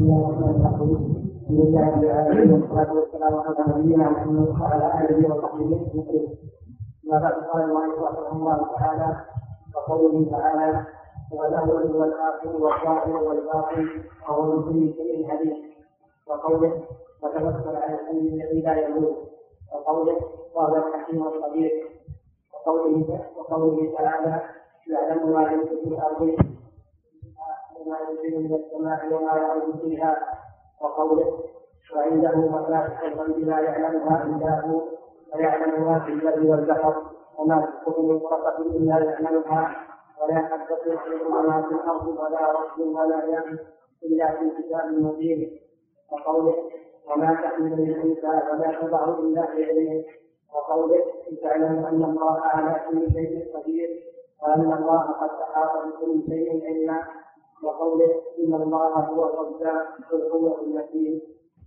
لله العالمين والصلاة والسلام على نبينا محمد وعلى آله وصحبه أجمعين. ما بعد قال المؤلف رحمه الله تعالى وقوله تعالى هو الأول والآخر والظاهر والباطن وهو بكل شيء عليم، وقوله وتوكل على الحي الذي لا يموت، وقوله وهو الحكيم الخبير، وقوله تعالى يعلم ما يلج في الأرض وما ينزل من السماء وما يعرج فيها، وقوله وعنده مفاتح الغيب لا يعلمها إلا هو ويعلم ما في البر والبحر وما تسقط من ورقة إلا يعلمها ولا حبة في ظلمات الأرض ولا رطب ولا يابس إلا في كتاب مبين، وقوله وما تحمل من أنثى ولا تضع إلا بعلمه، وقوله تعلم أن الله على كل شيء قدير وأن الله قد أحاط بكل شيء علما، وقوله إن الله هو الرزاق ذو القوة المتين.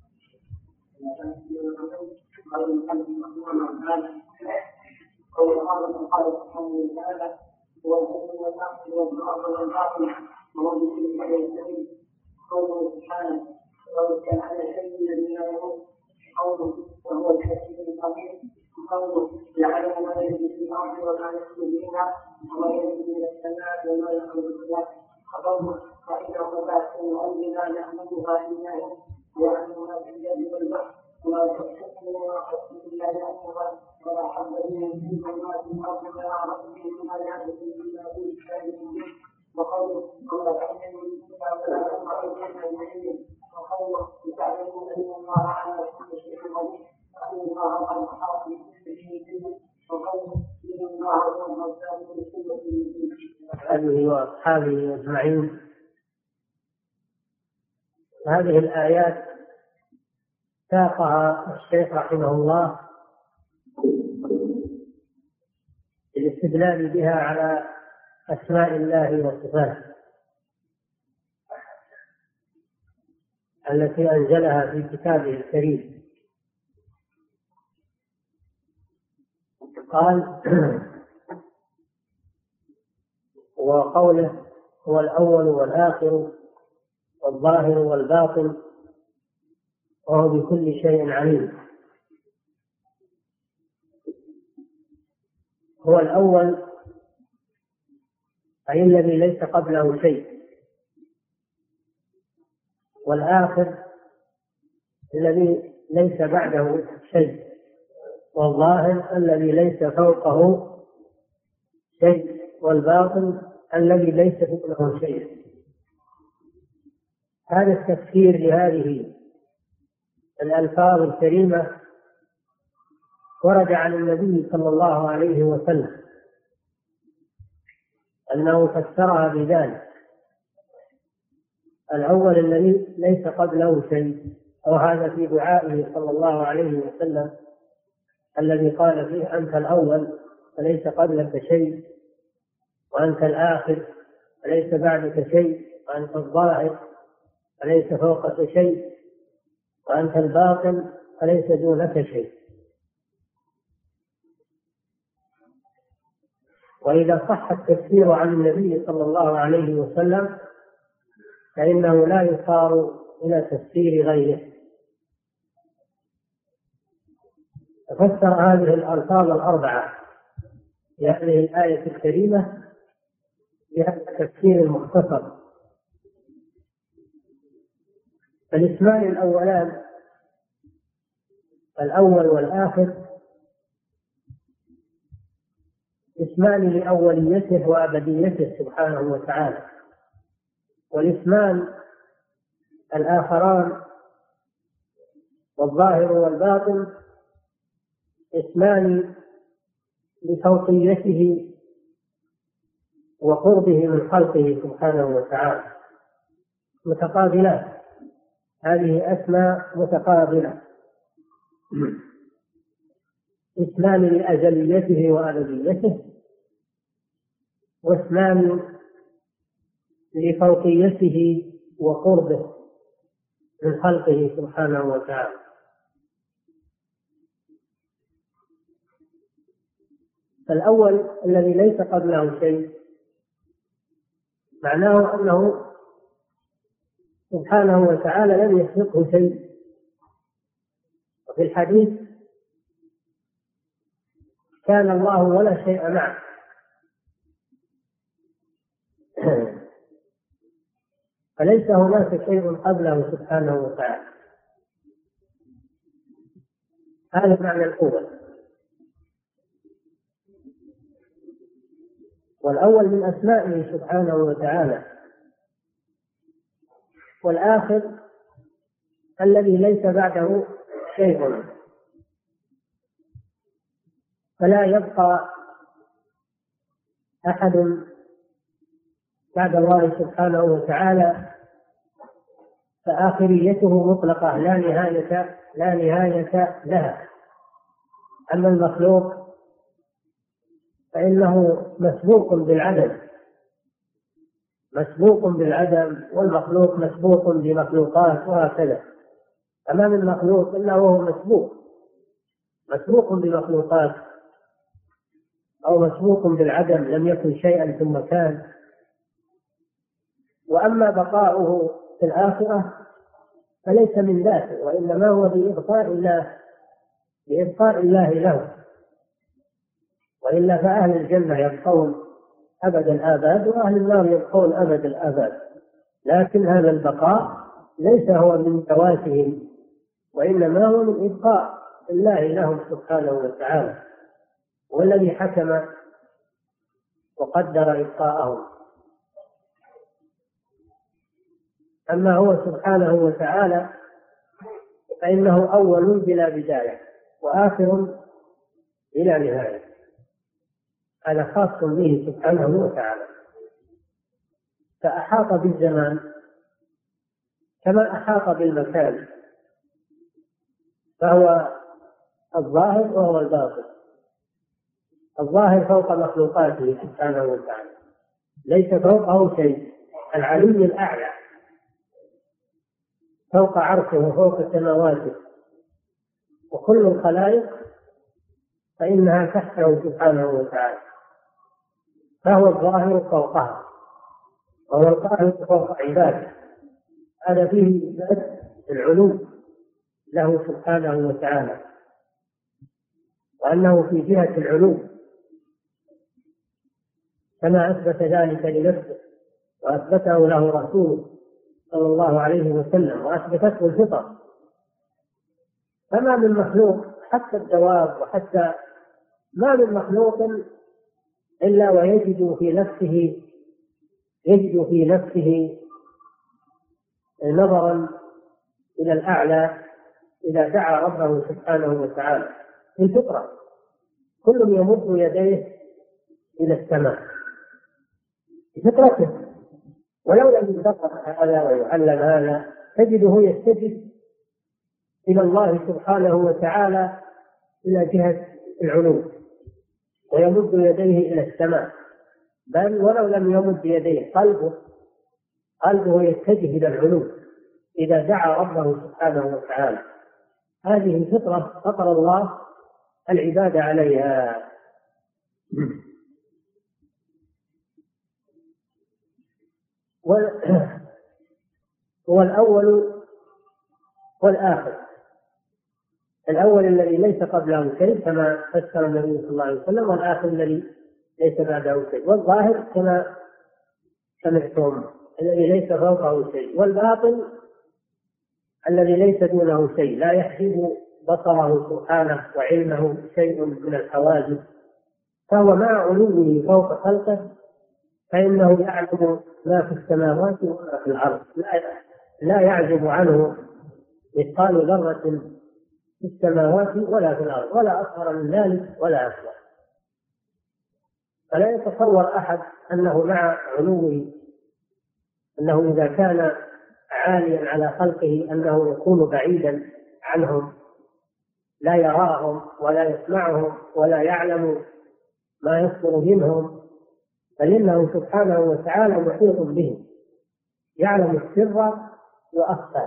قول قال سبحانه وتعالى هو الحكم والنصر والنصر والباطل وهو بكل شيء عليم. قوله سبحانه وكان على شيء الذي لا يموت، قوله وهو الحكيم الخبير، قوله يعلم ما يلج في الارض وما يخرج منها وما ينزل من السماء وما يخرج منها، قوله فانه باسط الارض لا يحملها الا هو ويعلم ما في اليد والبحر وما تشق من ورقه الا يعلمها ولا حبة في ظلمات الارض ولا رطب ولا يابس الا في كتاب مبين، وقوله ولا تحمل ولا تضع الا بعلمه، وقوله تعلمون ان الله على كل شيء قدير وان الله قد احاط بكل شيء علما، وقوله ان الله هو الرزاق ذو القوة المتين. هذه واصحابه اجمعين. هذه الايات ساقها الشيخ رحمه الله للاستدلال بها على اسماء الله وصفاته التي انزلها في كتابه الكريم. قال وقوله هو الأول والآخر والظاهر والباطن وهو بكل شيء عليم. هو الأول أي الذي ليس قبله شيء، والآخر الذي ليس بعده شيء، والظاهر الذي ليس فوقه شيء، والباطن الذي ليس فوقه شيء. هذا التفسير لهذه الألفاظ الكريمة ورد عن النبي صلى الله عليه وسلم أنه فسرها بذلك: الأول الذي ليس قبله شيء، وهذا في دعائه صلى الله عليه وسلم الذي قال فيه أنت الأول فليس قبلك شيء، وأنت الآخر فليس بعدك شيء، وأنت الظاهر فليس فوقك شيء، وأنت الباطن فليس دونك شيء. وإذا صح التفسير عن النبي صلى الله عليه وسلم فإنه لا يصار إلى تفسير غيره. فسر هذه الألفاظ الأربعة في هذه الآية الكريمة بهذا التفسير المختصر. فالاسمان الأولان الأول والآخر اسمان لأوليته وأبديته سبحانه وتعالى، والاسمان الآخران والظاهر والباطن اسمان لفوقيته وقربه من خلقه سبحانه وتعالى، متقابلات. هذه أسماء متقابلة، اسمان لأزليته وأبديته، واسمان لفوقيته وقربه من خلقه سبحانه وتعالى. فالأول الذي ليس قبله شيء معناه أنه سبحانه وتعالى لم يسبقه شيء. وفي الحديث كان الله ولا شيء معه. فليس هناك شيء قبله سبحانه وتعالى. هذا المعنى الأول. والأول من أسمائه سبحانه وتعالى. والآخر الذي ليس بعده شيء، فلا يبقى أحد بعد الله سبحانه وتعالى، فآخريته مطلقة لا نهاية لها. أما المخلوق فإنه مسبوق بالعدم، والمخلوق مسبوق بمخلوقات، وهكذا. أمام المخلوق إنه هو مسبوق بمخلوقات، أو مسبوق بالعدم، لم يكن شيئا ثم كان. وأما بقاؤه في الآخرة فليس من ذاته، وإنما هو بإبقاء الله له. وإلا فأهل الجنة يبقون أبد الآباد، وأهل النار يبقون أبد الآباد. لكن هذا البقاء ليس هو من ذواتهم، وإنما هو من إبقاء الله لهم سبحانه وتعالى، والذي حكم وقدر إبقاءهم. أما هو سبحانه وتعالى فإنه أول بلا بداية، وآخر بلا نهاية. هذا خاص به سبحانه وتعالى. فأحاط بالزمان كما أحاط بالمكان، فهو الظاهر وهو الباطن. الظاهر فوق مخلوقاته سبحانه وتعالى، ليس فوقه شيء. العلي الأعلى فوق عرشه وفوق سماواته، وكل الخلائق فإنها تحته سبحانه وتعالى، فهو الظاهر فوقها، وهو القاهر فوق عباده. هذا فيه إثبات العلو له سبحانه وتعالى، وأنه في جهة العلو كما أثبت ذلك لنفسه، وأثبته له رسوله صلى الله عليه وسلم، وأثبتته الفطر. فما من مخلوق، حتى الدواب وحتى ما من مخلوق إلا ويجد في نفسه نظرا إلى الأعلى إذا دعا ربه سبحانه وتعالى. في الفطرة كل يمد يديه إلى السماء بفطرته، ولو لم يدرس هذا ويعلم هذا تجده يستجد إلى الله سبحانه وتعالى إلى جهة العلو، ويمد يديه إلى السماء. بل ولو لم يمد يديه، قلبه يتجه إلى العلو إذا دعا ربه سبحانه وتعالى. هذه الفطرة فطر الله العباد عليها. هو الأول والآخر. الأول الذي ليس قبله شيء كما فسر النبي صلى الله عليه وسلم، والآخر الذي ليس بعده شيء، والظاهر كما سمعتم الذي ليس فوقه شيء، والباطن الذي ليس دونه شيء، لا يحجب بصره سبحانه وعلمه شيء من الحواجز، فهو مع علوه فوق خلقه فإنه يعلم ما في السماوات وما في الأرض، لا يعجب عنه مثقال ذرة في السماوات ولا في الأرض، ولا أصغر من ذلك ولا أكبر. فلا يتصور أحد أنه مع علوه، أنه إذا كان عاليا على خلقه أنه يكون بعيدا عنهم، لا يراهم ولا يسمعهم ولا يعلم ما يصدر منهم، فإنه سبحانه وتعالى محيط بهم، يعلم السر وأخفى.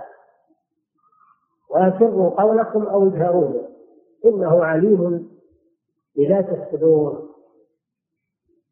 وأسروا قولكم أو اجهروا به إنه عليم بذات الصدور.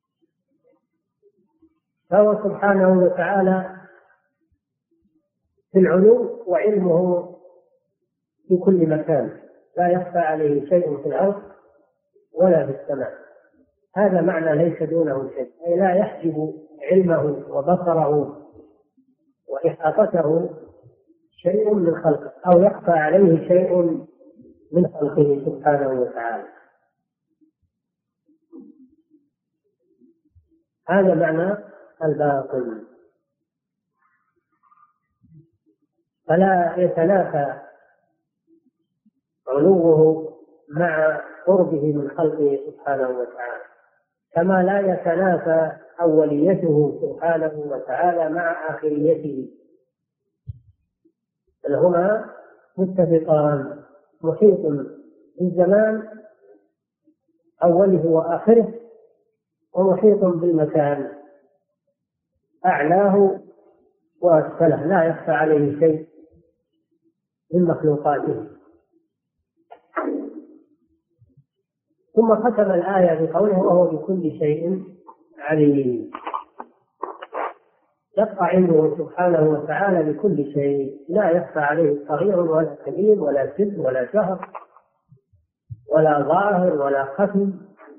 فهو سبحانه وتعالى في العلو وعلمه في كل مكان، لا يخفى عليه شيء في الأرض ولا في السماء. هذا معنى ليس دونه شيء، أي لا يحجب علمه وبصره وإحاطته شيء من خلقه، أو يخفى عليه شيء من خلقه سبحانه وتعالى. هذا معنى الباطن. فلا يتنافى علوه مع قربه من خلقه سبحانه وتعالى، كما لا يتنافى أوليته سبحانه وتعالى مع آخريته، بل هما متفقان. محيط بالزمان أوله وآخره، ومحيط بالمكان أعلاه وأسفله، لا يخفى عليه شيء من مخلوقاته. ثم ختم الآية بقوله وهو بكل شيء عليم. يبقى علمه سبحانه وتعالى بكل شيء، لا يخفى عليه صغير ولا كبير ولا سر ولا جهر ولا ظاهر ولا خفي.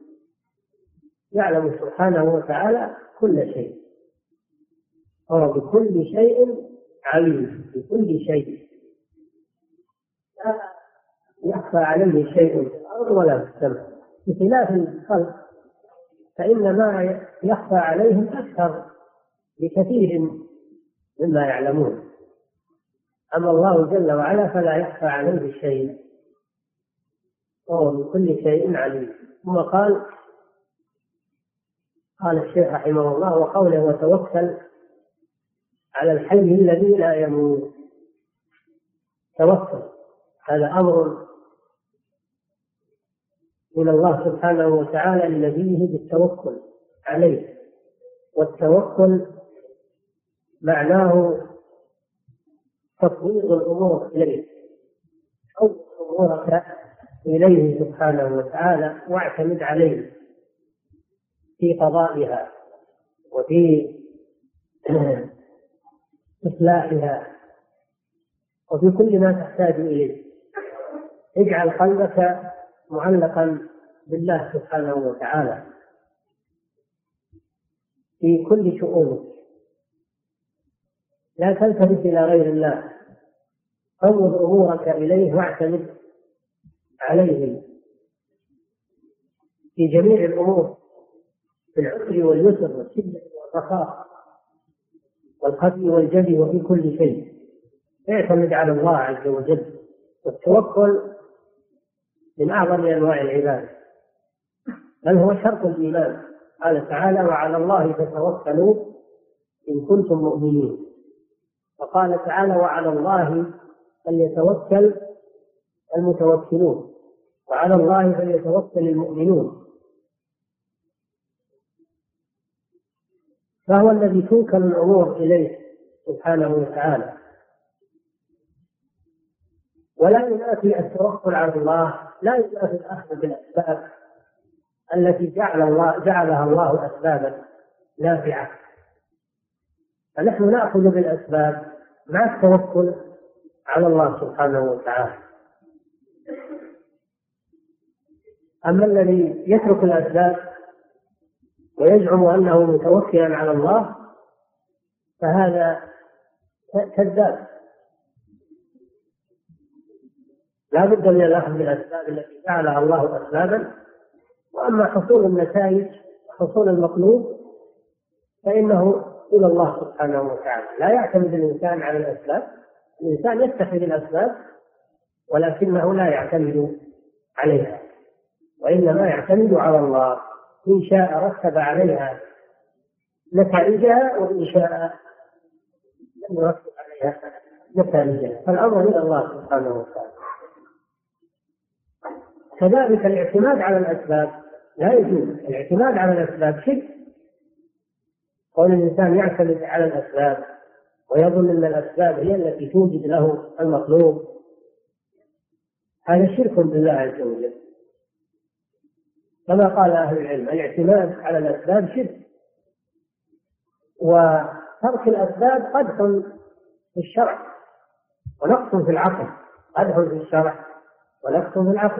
يعلم سبحانه وتعالى كل شيء، وهو بكل شيء عليم. بكل شيء لا يخفى عليه شيء في الأرض ولا في السماء، بخلاف الخلق فإن ما يخفى عليهم أكثر بكثير مما يعلمون. أما الله جل وعلا فلا يخفى عليه شيء، وهو بكل شيء عليم. ثم قال الشيخ رحمه الله وقوله وتوكل على الحي الذي لا يموت. توكل هذا أمر من الله سبحانه وتعالى لنبيه بالتوكل عليه، والتوكل معناه تفويض الأمور إليه، أو أمورك إليه سبحانه وتعالى، واعتمد عليه في قضائها وفي إصلاحها وفي كل ما تحتاج إليه. اجعل قلبك معلقا بالله سبحانه وتعالى في كل شؤونك، لا تلتفت إلى غير الله، فوض أمورك إليه واعتمد عليه في جميع الأمور، في العسر واليسر والشدة والرخاء والخفي والجلي وفي كل شيء. اعتمد على الله عز وجل. والتوكل من أعظم أنواع العبادة، بل هو شرط الإيمان. قال تعالى وعلى الله فتوكلوا إن كنتم مؤمنين. وقال تعالى وعلى الله فليتوكل المتوكلون، وعلى الله فليتوكل المؤمنون. فهو الذي توكل الأمور إليه سبحانه وتعالى. ولا ينافي التوكل على الله، لا ينافي الأخذ بالأسباب التي جعلها الله أسبابا نافعة، فنحن نأخذ بالأسباب مع التوكل على الله سبحانه وتعالى. أما الذي يترك الأسباب ويزعم أنه متوكلا على الله فهذا كذاب. لا بد من الأخذ بالأسباب التي جعلها الله أسبابا، وأما حصول النتائج وحصول المطلوب فإنه إلى الله سبحانه وتعالى. لا يعتمد الإنسان على الأسباب، الإنسان يتخذ الأسباب ولكنه لا يعتمد عليها، وإنما يعتمد على الله. إن شاء رتب عليها نتائجها، وإن شاء لم يرتب عليها نتائجها، فالأمر إلى الله سبحانه وتعالى. كذلك الاعتماد على الأسباب لا يجوز. الاعتماد على الأسباب شرك. قول الإنسان يعتمد على الأسباب ويظن أن الأسباب هي التي توجد له المطلوب، هذا شرك بالله عز وجل. كما قال أهل العلم الاعتماد على الأسباب شرك، وترك الأسباب قدح في الشرع ونقص في العقل، قدح في الشرع ونقص في العقل.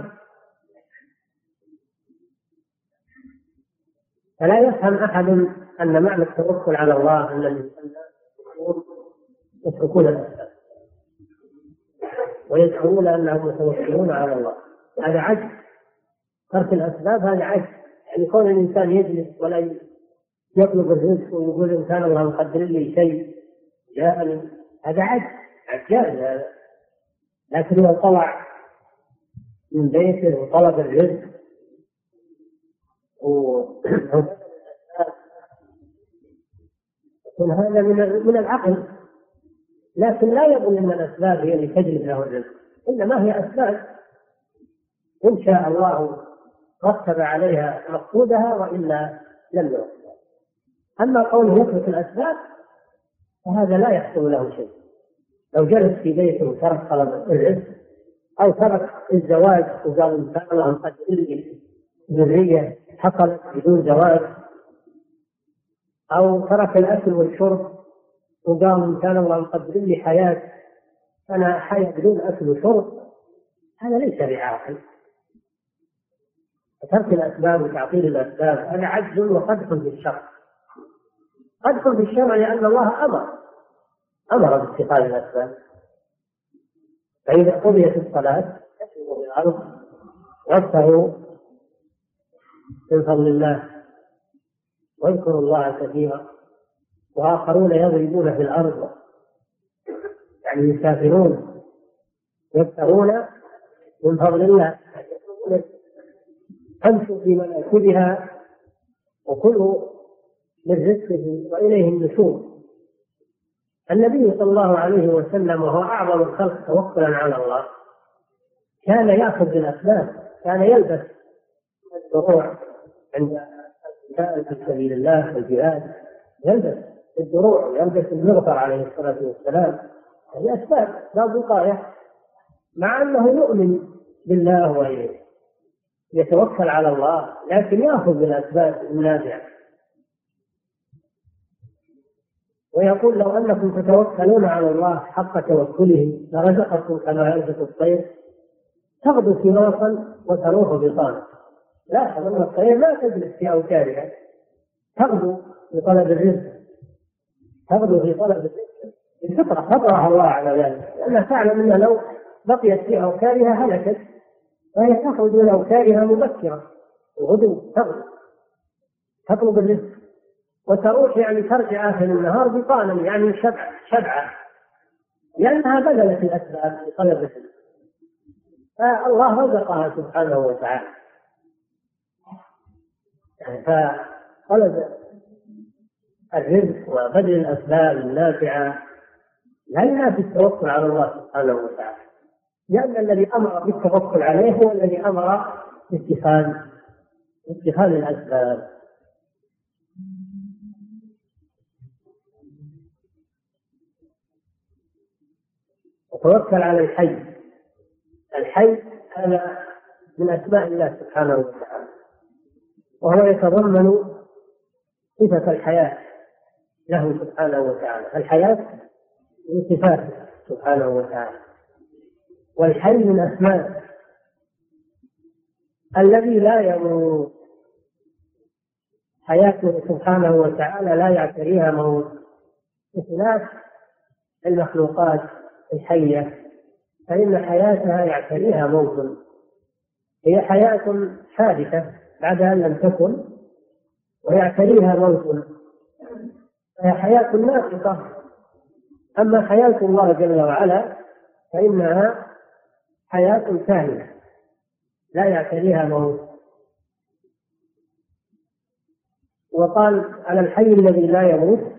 فلا يفهم أحد أن معنى التوكل على الله أن الإنسان يتركون الأسباب ويزعمون أنهم متوكلون على الله. هذا عجز، ترك الأسباب هذا عجز. يعني كون الإنسان يجلس ولا يطلب الرزق ويقول إن كان الله مقدر لي شيء جاءني، هذا عجز هذا. لكن لو طلع من بيته وطلب الرزق يكون هذا من العقل، لكن لا يظن أن الأسباب هي اللي تجلب له الرزق، إنما هي أسباب إن شاء الله رتب عليها مقصودها وإلا لم يرتب. أما قوله يترك الأسباب فهذا لا يحصل له شيء. لو جلس في بيته وترك طلب الرزق أو ترك الزواج وقال إن شاء الله قد إلي ذرية حصلت بدون زواج، أو ترك الأكل والشرب وقال إن كان الله مقدر لي حياة أنا حياة بدون أكل وشرب، هذا ليس بعاقل. ترك الأسباب وتعطيل الأسباب هذا عجز وقدح في الشرع. قدح في الشرع لأن الله أمر باتخاذ الأسباب. فإذا قضيت الصلاة فاسجدوا بالأرض وابتغوا من فضل الله واذكروا الله كثيرا، وآخرون يضربون في الأرض يعني يسافرون يبتغون من فضل الله، امشوا في مناكبها وكلوا من رزقه وإليه النشور. النبي صلى الله عليه وسلم وهو أعظم الخلق توكلا على الله كان يأخذ بالأسباب، كان يلبس الدروع عند القتال في سبيل الله في الجهاد، يلبس الدروع ويلبس المغفر عليه الصلاة والسلام. هذه أسباب لا وقاية، مع أنه يؤمن بالله ويتوكل على الله، لكن يأخذ بالأسباب النافعة. ويقول لو أنكم تتوكلون على الله حق توكله لرزقكم كما يرزق الطير تغدو خماصا وتروح بطانا. لا أن الطير لا تجلس في أوكارها، تغدو في طلب الرزق، تغدو في طلب الرزق الفطرة، فطرها الله على ذلك، لأنها تعلم أنها لو بقيت في أوكارها هلكت، فهي تخرج من أوكارها مبكرة وغدو تطلب الرزق، وتروح يعني ترجع آخر النهار بطانا يعني شبعة لأنها بذلت الأسباب في طلب الرزق. فالله رزقها سبحانه وتعالى. فطلب الرزق وبذل الأسباب النافعة لا ينافي التوكل على الله سبحانه وتعالى، لأن الذي أمر بالتوكل عليه هو الذي أمر باتخاذ الأسباب. وتوكل على الحي هذا من أسماء الله سبحانه وتعالى، وهو يتضمن صفة الحياة له سبحانه وتعالى. الحياة من صفاته سبحانه وتعالى، والحي من أسماء الذي لا يموت. حياته سبحانه وتعالى لا يعتريها موت بخلاف المخلوقات الحية، فإن حياتها يعتريها موت. هي حياة حادثة بعد أن لم تكن ويعتريها موت، فهي حياة ناقصة. أما حياة الله جل وعلا فإنها حياة كاملة لا يعتريها موت. وقال على الحي الذي لا يموت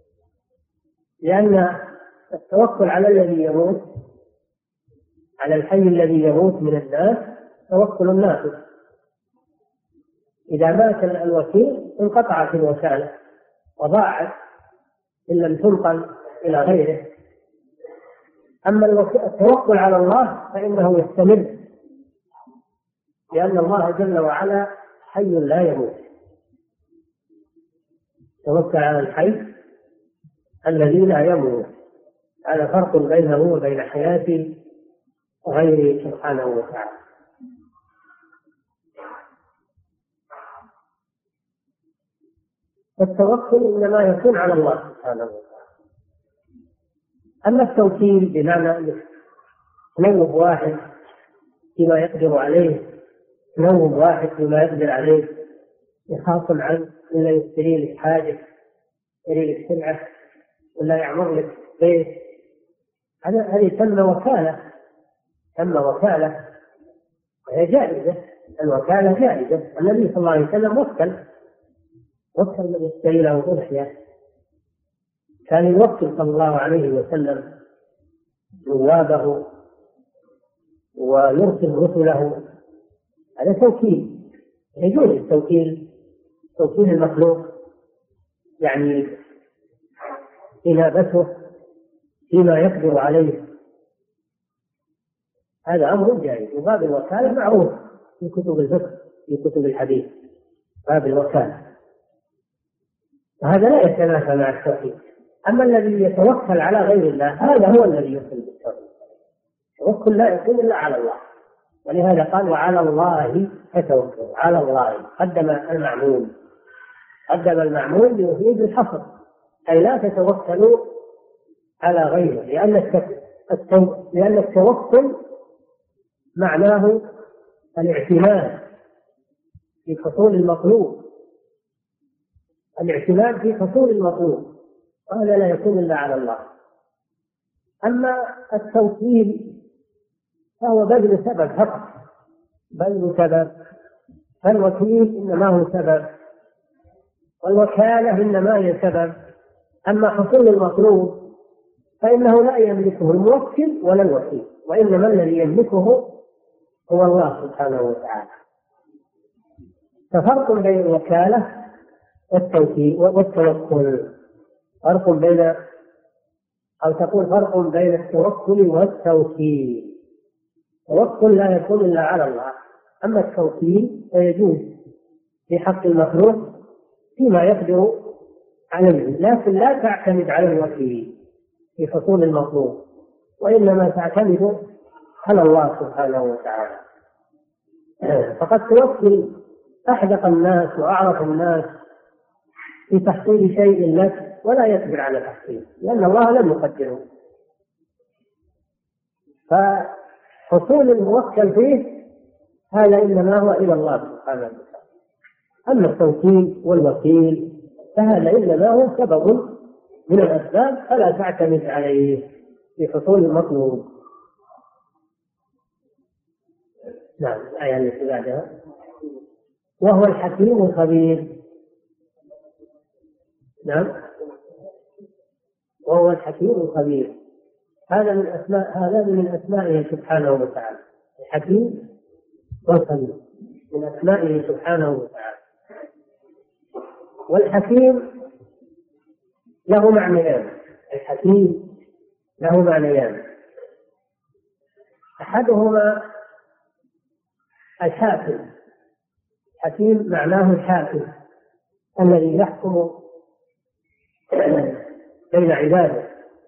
لأن التوكل على الذي يموت، على الحي الذي يموت من الناس توكل ناقص. إذا مات الوكيل انقطعت الوكالة وضاعت إن لم تنقل إلى غيره. أما التوكل على الله فإنه يستمر، لأن الله جل وعلا حي لا يموت. توكل على الحي الذي لا يموت. هذا فرق بينه وبين حياة غيره سبحانه وتعالى. التوكل إنما يكون على الله سبحانه وتعالى. أما التوكيل بمعنى تنوب واحد فيما يقدر عليه، تنوب واحد فيما يقدر عليه، يخاصم عنه ولا يشتري لك حاجة، يشتري لك سلعة ولا يعمر لك بيت، هذه تسمى وكالة، تسمى وكالة وهي جائزة. الوكالة جائزة. النبي صلى الله عليه وسلم وكل من يشتري له أضحية، كان يوكل صلى الله عليه وسلم نوابه ويرسل رسله. هذا توكيل، يجوز التوكيل، توكيل المخلوق يعني إنابته فيما يقدر عليه، هذا أمر جائز. وباب الوكالة معروف في كتب الفقه، في كتب الحديث، باب الوكالة، وهذا لا يتنافى مع التوحيد. أما الذي يتوكل على غير الله هذا هو الذي يصل بالتوحيد. التوكل لا يكون إلا على الله، ولهذا قال وعلى الله فتوكلوا. على الله قدم المعمول، قدم المعمول ليفيد الحصر، أي لا تتوكلوا على غيره، لأن التوكل معناه الاعتماد في حصول المطلوب، الاعتماد في حصول المطلوب، وهذا لا يكون إلا على الله. أما التوكيل فهو بذل سبب فقط، بذل سبب، فالوكيل إنما هو سبب، والوكالة إنما هي سبب. أما حصول المطلوب فإنه لا يملكه الموكل ولا الوكيل، وإنما الذي يملكه هو الله سبحانه وتعالى. ففرق بين الوكالة والتوكيل والتوكل، فرق بين، أو تقول فرق بين التوكل والتوكيل. التوكل لا يكون إلا على الله، أما التوكيل فيجوز في حق المخلوق فيما يقدر عليه، لكن لا تعتمد على الوكيل في حصول المطلوب، وإنما تعتمد على الله سبحانه وتعالى. فقد توكل أحدق الناس وأعرف الناس في تحصيل شيء لك ولا يقدر على تحصيله، لأن الله لم يقدره. فحصول الموكل فيه هذا إنما هو إلى الله سبحانه وتعالى. أما التوكيل والوكيل فهذا إنما هو سبب من الأسباب، فلا تعتمد عليه في حصول المطلوب. نعم. الآية التي بعدها وهو الحكيم الخبير. نعم، وهو الحكيم الخبير، هذا من أسمائه سبحانه وتعالى. الحكيم والخبير من أسمائه سبحانه وتعالى. والحكيم له معنيان، الحكيم له معنيان، أحدهما الحاكم. الحكيم معناه الحاكم الذي يحكم بين عباده،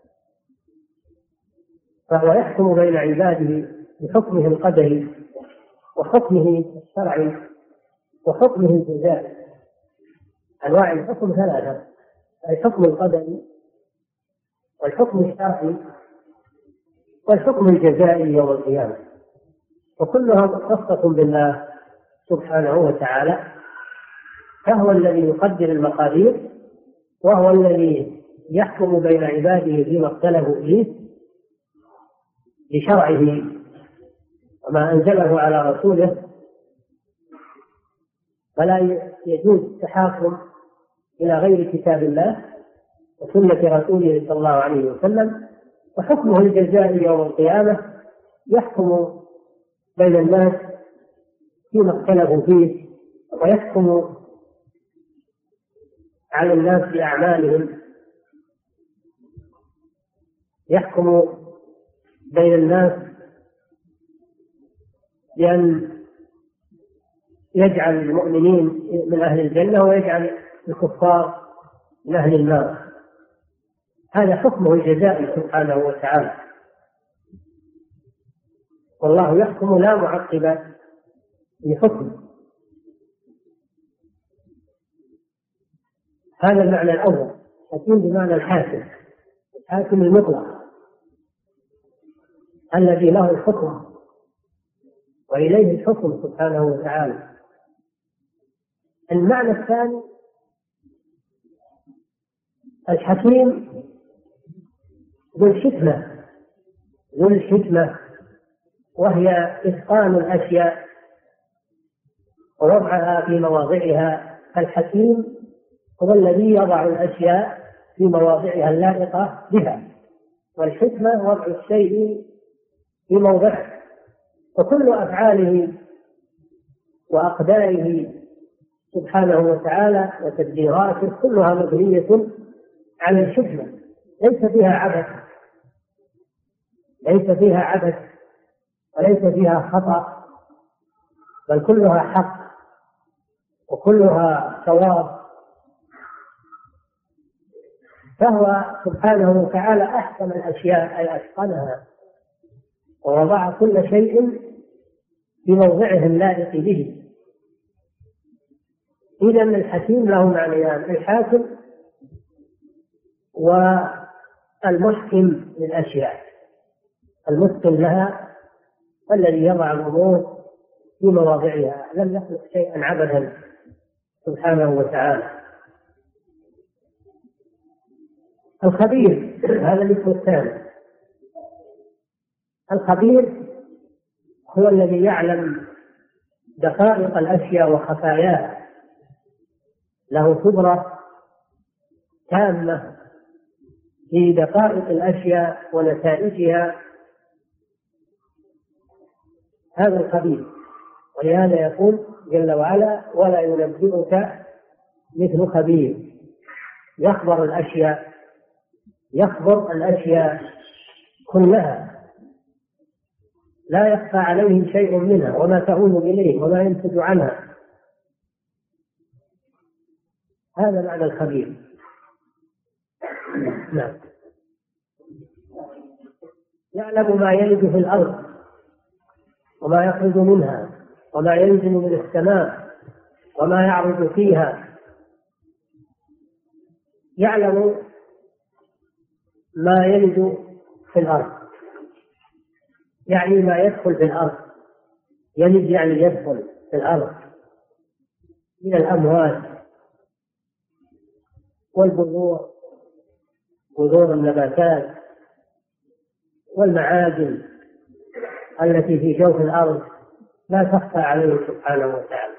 فهو يحكم بين عباده بحكمه القدري وحكمه الشرعي وحكمه الجزائي. أنواع الحكم ثلاثة: الحكم القدري والحكم الشرعي والحكم الجزائي يوم القيامة، وكلها مختصة بالله سبحانه وتعالى، فهو الذي يقدر المقادير، وهو الذي يحكم بين عباده فيما اختلفوا فيه بشرعه وما أنزله على رسوله، فلا يجوز التحاكم إلى غير كتاب الله وسنة رسوله صلى الله عليه وسلم. وحكمه الجزائي يوم القيامة يحكم بين الناس فيما اختلفوا فيه، ويحكم على الناس بأعمالهم، يحكم بين الناس بأن يجعل المؤمنين من أهل الجنة ويجعل الكفار من أهل النار. هذا حكمه الجزائي سبحانه وتعالى، والله يحكم لا معقب لحكمه. هذا المعنى الأول، حكيم بمعنى الحاكم، الحاكم المطلق الذي له الحكم وإليه الحكم سبحانه وتعالى. المعنى الثاني الحكيم ذو الحكمة، وهي إتقان الأشياء ووضعها في مواضعها. الحكيم هو الذي يضع الأشياء في مواضعها اللائقة بها، والحكمة وضع الشيء في موضعه. وكل أفعاله وأقداره سبحانه وتعالى وتدبيراته كلها مبنية على الحكمة، ليس فيها عبث وليس فيها خطأ، بل كلها حق وكلها صواب. فهو سبحانه وتعالى أحكم الأشياء أي أتقنها، ووضع كل شيء في موضعه اللائق به. إذن الحكيم له معنيان: الحاكم والمحكم للأشياء، المتقن لها الذي يضع الأمور في مواضعها، لم يخلق شيئا عبثا سبحانه وتعالى. الخبير هذا الاسم الثاني. الخبير هو الذي يعلم دقائق الأشياء وخفاياها، له خبرة تامة في دقائق الأشياء ونتائجها، هذا الخبير. ولهذا يقول جل وعلا: ولا ينبئك مثل خبير. يخبر الأشياء كلها، لا يخفى عليه شيء منها، وما تؤول إليه وما ينتج عنها. هذا معنى الخبير. نعم. يعلم ما يلج في الأرض وما يخرج منها وما ينزل من السماء وما يعرج فيها. يعلم ما يلج في الأرض، يعني ما يدخل في الأرض. يلج يعني يدخل في الأرض من الأموات والبذور، بذور النباتات والمعادن التي في جوف الأرض لا تخفى عليه سبحانه وتعالى.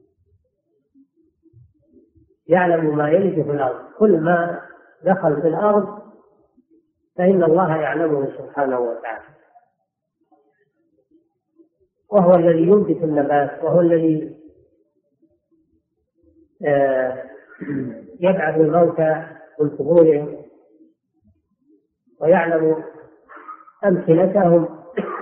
يعلم ما يلج في الأرض، كل ما دخل في الأرض فإن الله يعلمه سبحانه وتعالى. وهو الذي ينبت النبات، وهو الذي يبعث الموتى من قبورهم، ويعلم أمكنتهم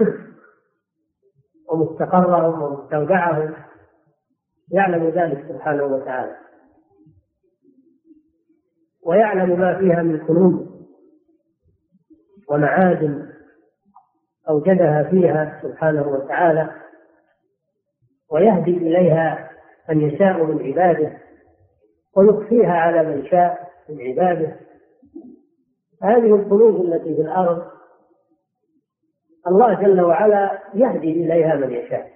ومستقرهم ومستودعهم، يعلم ذلك سبحانه وتعالى. ويعلم ما فيها من كنوز ومعادن أوجدها فيها سبحانه وتعالى، ويهدي إليها من يشاء من عباده ويخفيها على من شاء من عباده. هذه الكنوز التي في الأرض الله جل وعلا يهدي إليها من يشاء،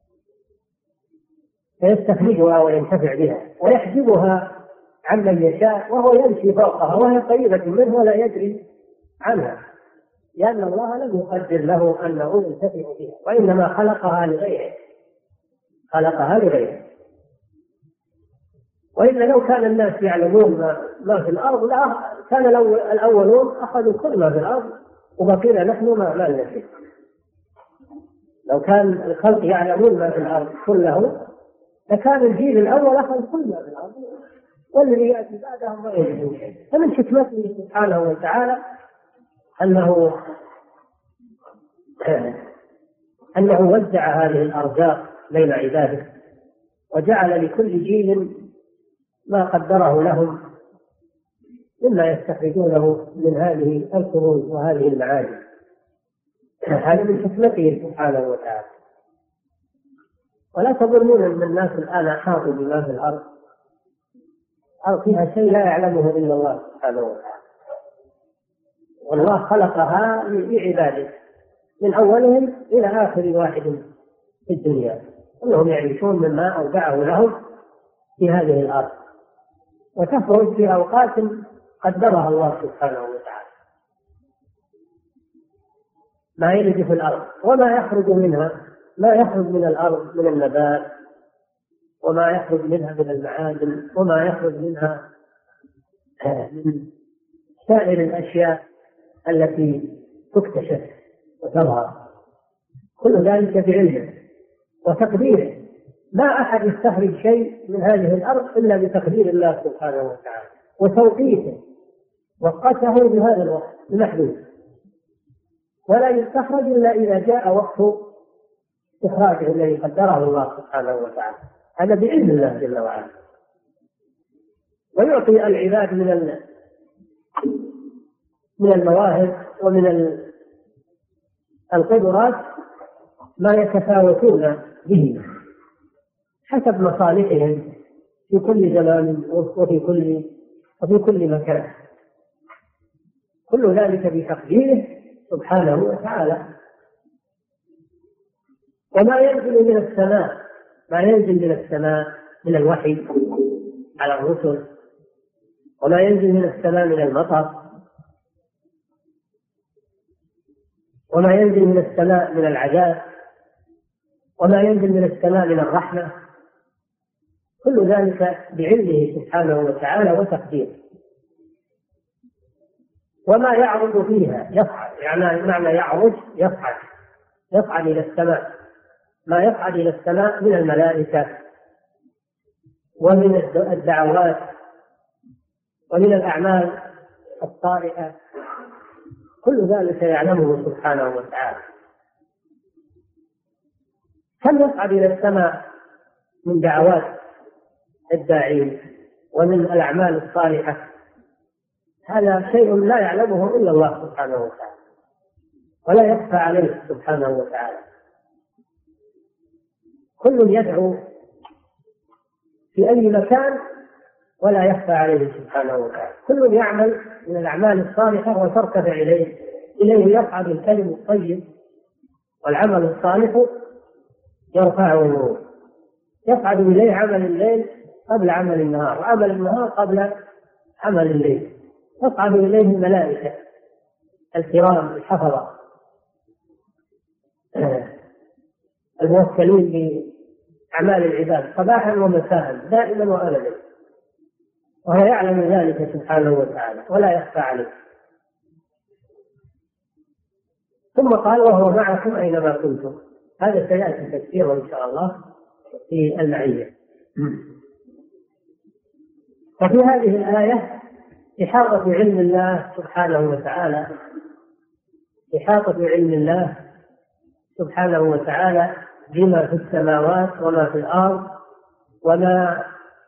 فيستخرجها وينتفع بها، ويحجبها عمن يشاء وهو يمشي فوقها وهي قريبة منه ولا يدري عنها، لأن الله لم يقدر له أنه ينتفع بها، وإنما خلقها لغيره. وإلا لو كان الناس يعلمون ما في الأرض لا كان الأولون أخذوا كل ما في الأرض وبقينا نحن ما نشاء. لو كان الخلق يعلمون ما في الأرض كله لكان الجيل الأول أخذ كل ما في الأرض، والذي يأتي بعدهم ما يجدون شيء. فمن حكمته سبحانه وتعالى أنه وزع هذه الأرزاق بين عباده، وجعل لكل جيل ما قدره لهم مما يستخرجونه من هذه الكنوز وهذه المعادن. هذا من حكمته سبحانه وتعالى. ولا تظنون أن الناس الآن أحاطوا بما في الأرض، أو فيها شيء لا يعلمه إلا الله سبحانه وتعالى. والله خلقها لعباده من أولهم إلى آخر واحد في الدنيا، أنهم يعيشون مما أودعه لهم في هذه الأرض، وتخرج في أوقات قدرها الله سبحانه وتعالى. ما يلج في الأرض وما يخرج منها، ما يخرج من الأرض من النبات، وما يخرج منها من المعادن، وما يخرج منها من سائر الأشياء التي تكتشف وتظهر، كل ذلك بعلمه وتقديره. ما أحد يستخرج شيء من هذه الأرض إلا بتقدير الله سبحانه وتعالى وتوقيته، وقته بهذا الوقت المحدود، ولا يستخرج إلا إذا جاء وقت استخراجه الذي قدره الله سبحانه وتعالى. هذا بعلم الله جل وعلا. ويعطي العباد من المواهب ومن القدرات ما يتفاوتون به حسب مصالحهم في كل زمان وفي كل مكان، كل ذلك بتقديره سبحانه وتعالى. وما ينزل من السماء، ما ينزل من السماء من الوحي على الرسل، وما ينزل من السماء من المطر، وما ينزل من السماء من العذاب، وما ينزل من السماء من الرحمة، كل ذلك بعلمه سبحانه وتعالى وتقديره. وما يعرض فيها يصعد، يعني معنى يعرج يصعد إلى السماء، ما يصعد إلى السماء من الملائكة ومن الدعوات ومن الأعمال الطارئة، كل ذلك يعلمه سبحانه وتعالى. كم يصعد إلى السماء من دعوات الداعين ومن الأعمال الصالحة، هذا شيء لا يعلمه إلا الله سبحانه وتعالى ولا يخفى عليه سبحانه وتعالى. كل يدعو في أي مكان ولا يخفى عليه سبحانه وتعالى. كل يعمل من الأعمال الصالحة وترتفع إليه يصعد الكلم الطيب، والعمل الصالح يرفعه. يصعد إليه عمل الليل قبل عمل النهار، وعمل النهار قبل عمل الليل. تصعد إليه الملائكة الكرام الحفظة الموكلين بأعمال العباد صباحا ومساء دائما وأبدا، وهو يعلم ذلك سبحانه وتعالى ولا يخفى عليه. ثم قال وهو معكم أينما كنتم. هذا سيأتي تفسيره إن شاء الله في المعية. ففي هذه الآية إحاطة علم الله سبحانه وتعالى، إحاطة علم الله سبحانه وتعالى بما في السماوات وما في الأرض وما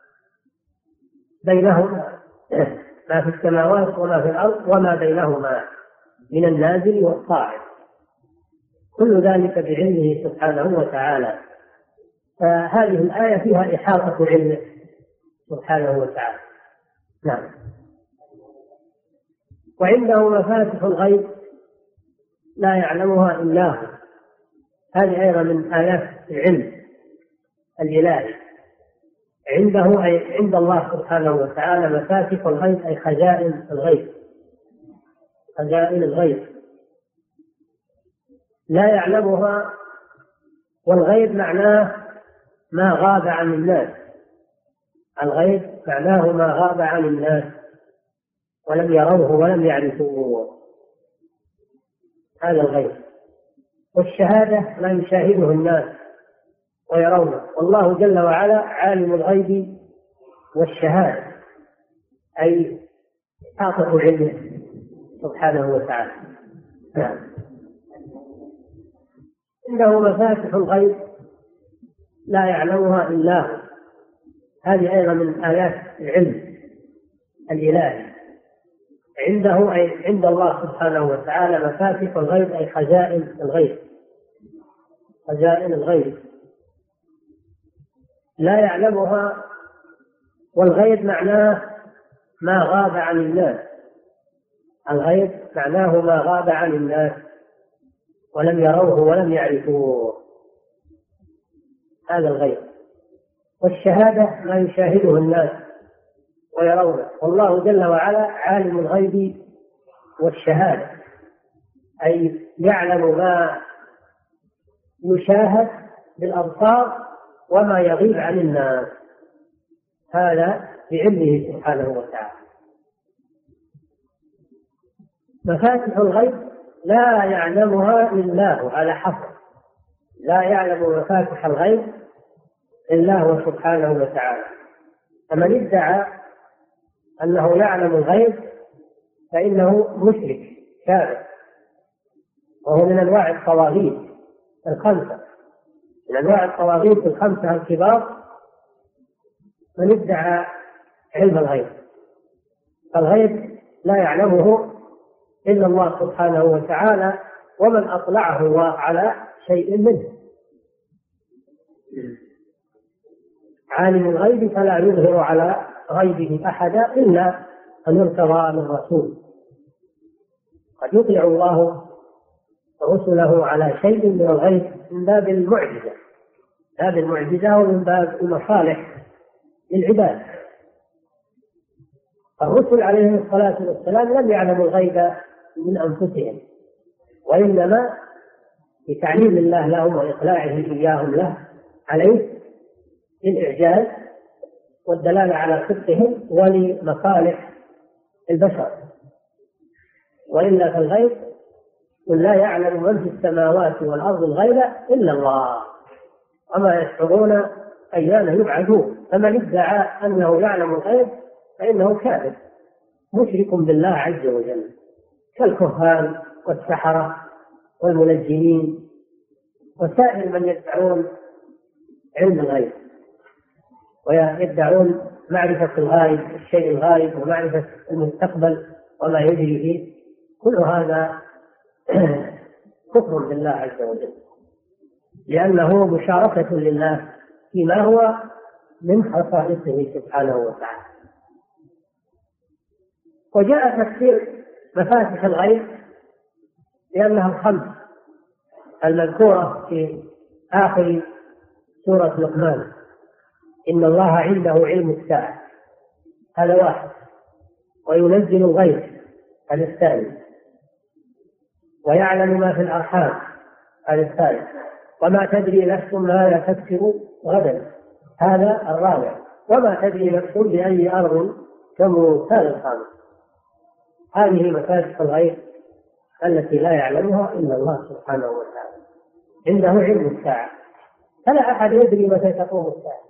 بينهما، ما في السماوات وما في الأرض وما بينهما من النازل والصاعد، كل ذلك بعلمه سبحانه وتعالى. فهذه الآية فيها إحاطة علمه سبحانه وتعالى. نعم. وعنده مفاتح الغيب لا يعلمها إلا هو. هذه أيضا من آيات العلم الإلهي. عنده أي عند الله سبحانه وتعالى مفاتح الغيب أي خزائن الغيب، خزائن الغيب لا يعلمها. والغيب معناه ما غاب عن الناس، الغيب معناه ما غاب عن الناس ولم يروه ولم يعرفوه، هذا الغيب. والشهادة ما يشاهده الناس ويرونه، والله جل وعلا عالم الغيب والشهادة أي إحاطة علمه سبحانه وتعالى. عنده مفاتح الغيب لا يعلمها إلا هو. هذه أيضا من آيات العلم الإلهي. عنده أي عند الله سبحانه وتعالى مفاتيح الغيب أي خزائن الغيب، خزائن الغيب لا يعلمها. والغيب معناه ما غاب عن الناس، الغيب معناه ما غاب عن الناس ولم يروه ولم يعرفوه، هذا الغيب. والشهادة ما يشاهده الناس ويرونه، والله جل وعلا عالم الغيب والشهادة، أي يعلم ما يشاهد بالأبصار وما يغيب عن الناس، هذا بعلمه سبحانه وتعالى. مفاتيح الغيب لا يعلمها إلا هو، على حصر، لا يعلم مفاتيح الغيب إلا هو سبحانه وتعالى. فمن ادعى أنه يعلم الغيب فإنه مشرك كافر، وهو من أنواع الطواغيت الخمسة، من أنواع الطواغيت الخمسة الكبار من ادعى علم الغيب. الغيب لا يعلمه إلا الله سبحانه وتعالى، ومن أطلعه الله على شيء منه. عالم الغيب فلا يظهر على غيبه أحدا إلا أن يرتضى من رسول. قد يطلع الله رسله على شيء من الغيب من باب المعجزة، باب المعجزة ومن باب المصالح للعباد. الرسل عليهم الصلاة والسلام لم يعلموا الغيب من أنفسهم، وإنما بتعليم الله لهم وإطلاعه إياهم له عليه للإعجاز والدلالة على صدقهم ولمصالح البشر. وإلا في الغيب قل لا يعلم من في السماوات والأرض الغيب إلا الله وما يشعرون أيان يبعثون. فمن ادعى أنه يعلم الغيب فإنه كاذب مشرك بالله عز وجل، كالكهان والسحرة والمنجمين وسائر من يدعون علم الغيب ويدعون معرفة الغائب، الشيء الغائب، ومعرفة المستقبل وما يجري فيه. كل هذا كفر بالله عز وجل، لأنه مشاركة لله فيما هو من خصائصه سبحانه وتعالى. وجاء تفسير مفاتيح الغيب لأنها الخمس المذكورة في آخر سورة لقمان: إن الله عنده علم الساعة، هذا واحد، وينزل الغيث، هذا الثاني، ويعلم ما في الأرحام، هذا الثالث، وما تدري نفس ماذا تكسب غدا، هذا الرابع، وما تدري نفس بأي أرض تموت، هذا الخامس. هذه مفاتيح الغيب التي لا يعلمها إلا الله سبحانه وتعالى، عنده علم الساعة، فلا أحد يدري متى تقوم الساعة،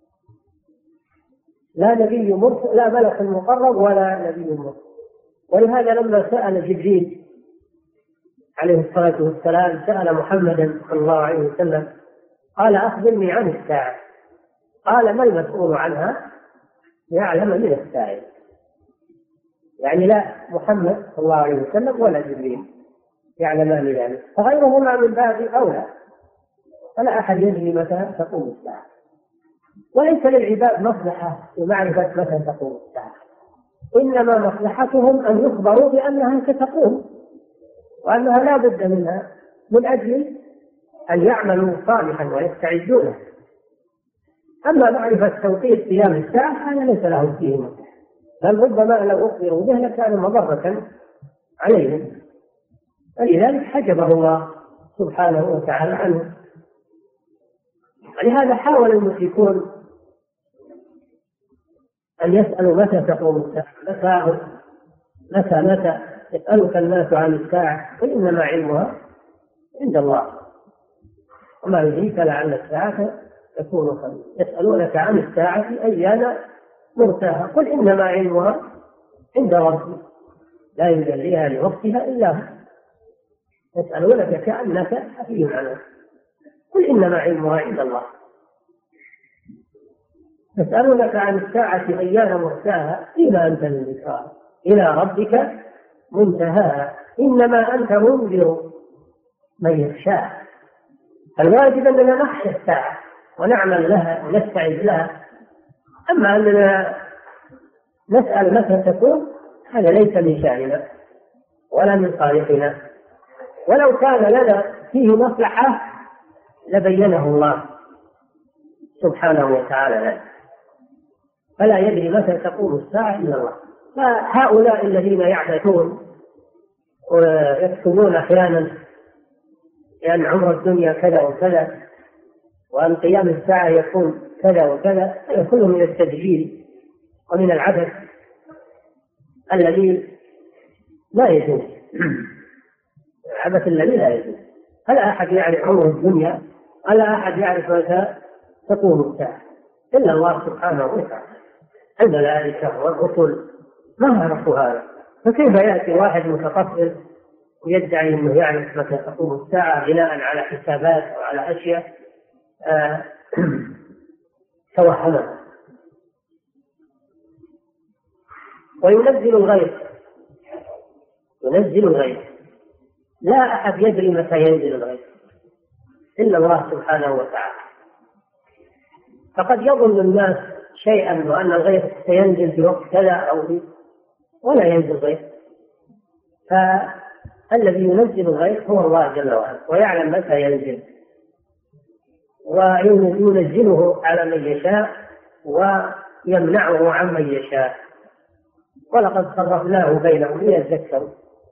لا نبي مرسل، لا ملك مقرب، ولا نبي مرسل. ولهذا لما سأل جبريل عليه الصلاة والسلام سأل محمدا صلى الله عليه وسلم قال: أخبرني عن الساعة. قال: ما المسؤول عنها يعلم من السائل. يعني لا محمد صلى الله عليه وسلم ولا جبريل يعلمان ذلك، فغيرهما من باب أولى، فلا أحد يدري متى تقوم الساعة. وليس للعباد مصلحة في معرفة متى تقوم الساعة، إنما مصلحتهم أن يخبروا بأنها ستقوم وأنها لا بد منها، من أجل أن يعملوا صالحا ويستعدوا له. أما معرفة توقيت قيام الساعة هذا ليس له فيه مصلحة، بل ربما لو أخبروا به لكان مضرة عليهم، فلذلك حجبه الله سبحانه وتعالى عنه. ولهذا حاول المشركون أن يسألوا متى تقوم الساعة، متى يسألك الناس عن الساعة قل إنما علمها عند الله وما يدريك لعل الساعة تكون قريبا. يسألونك عن الساعة أيان مرساها قل إنما علمها عند ربي لا يجليها لوقتها إلا هو. يسألونك كأنك حفي عنها قل إنما علمها عند الله. يسألونك عن الساعة أيان مرساها فيما أنت من ذكرها إلى ربك منتهاها إنما أنت منذر من يخشاه. الواجب أننا نخشى الساعة ونعمل لها ونستعد لها، أما أننا نسأل متى تكون هذا ليس من شأننا ولا من صالحنا، ولو كان لنا فيه مصلحة لبينه الله سبحانه وتعالى لنا، فلا يدري متى تقوم الساعة إلا الله. فهؤلاء الذين يعبثون ويكتبون أحيانا لأن عمر الدنيا كذا وكذا وأن قيام الساعة يكون كذا وكذا، يكون من التدجيل ومن العبث الذي لا يجوز، العبث الذي لا يجوز. فلا أحد يعرف عمر الدنيا ولا أحد يعرف متى تقوم الساعة إلا الله سبحانه وتعالى. الملائكة والرسل ما عرفوا هذا، فكيف يأتي واحد متطفل ويدعي أنه يعرف متى تقوم الساعة بناء على حسابات وعلى أشياء توهمت. وينزل الغيث، ينزل الغيث، لا أحد يدري متى ينزل الغيث إلا الله سبحانه وتعالى. فقد يظن الناس شيئا وأن الغيث سينزل في وقت كذا أو ولا ينزل غيث، فالذي ينزل الغيث هو الله جل وعلا ويعلم متى ينزل، وينزله على من يشاء ويمنعه عمن يشاء. ولقد صرفناه بينهم ليذكروا.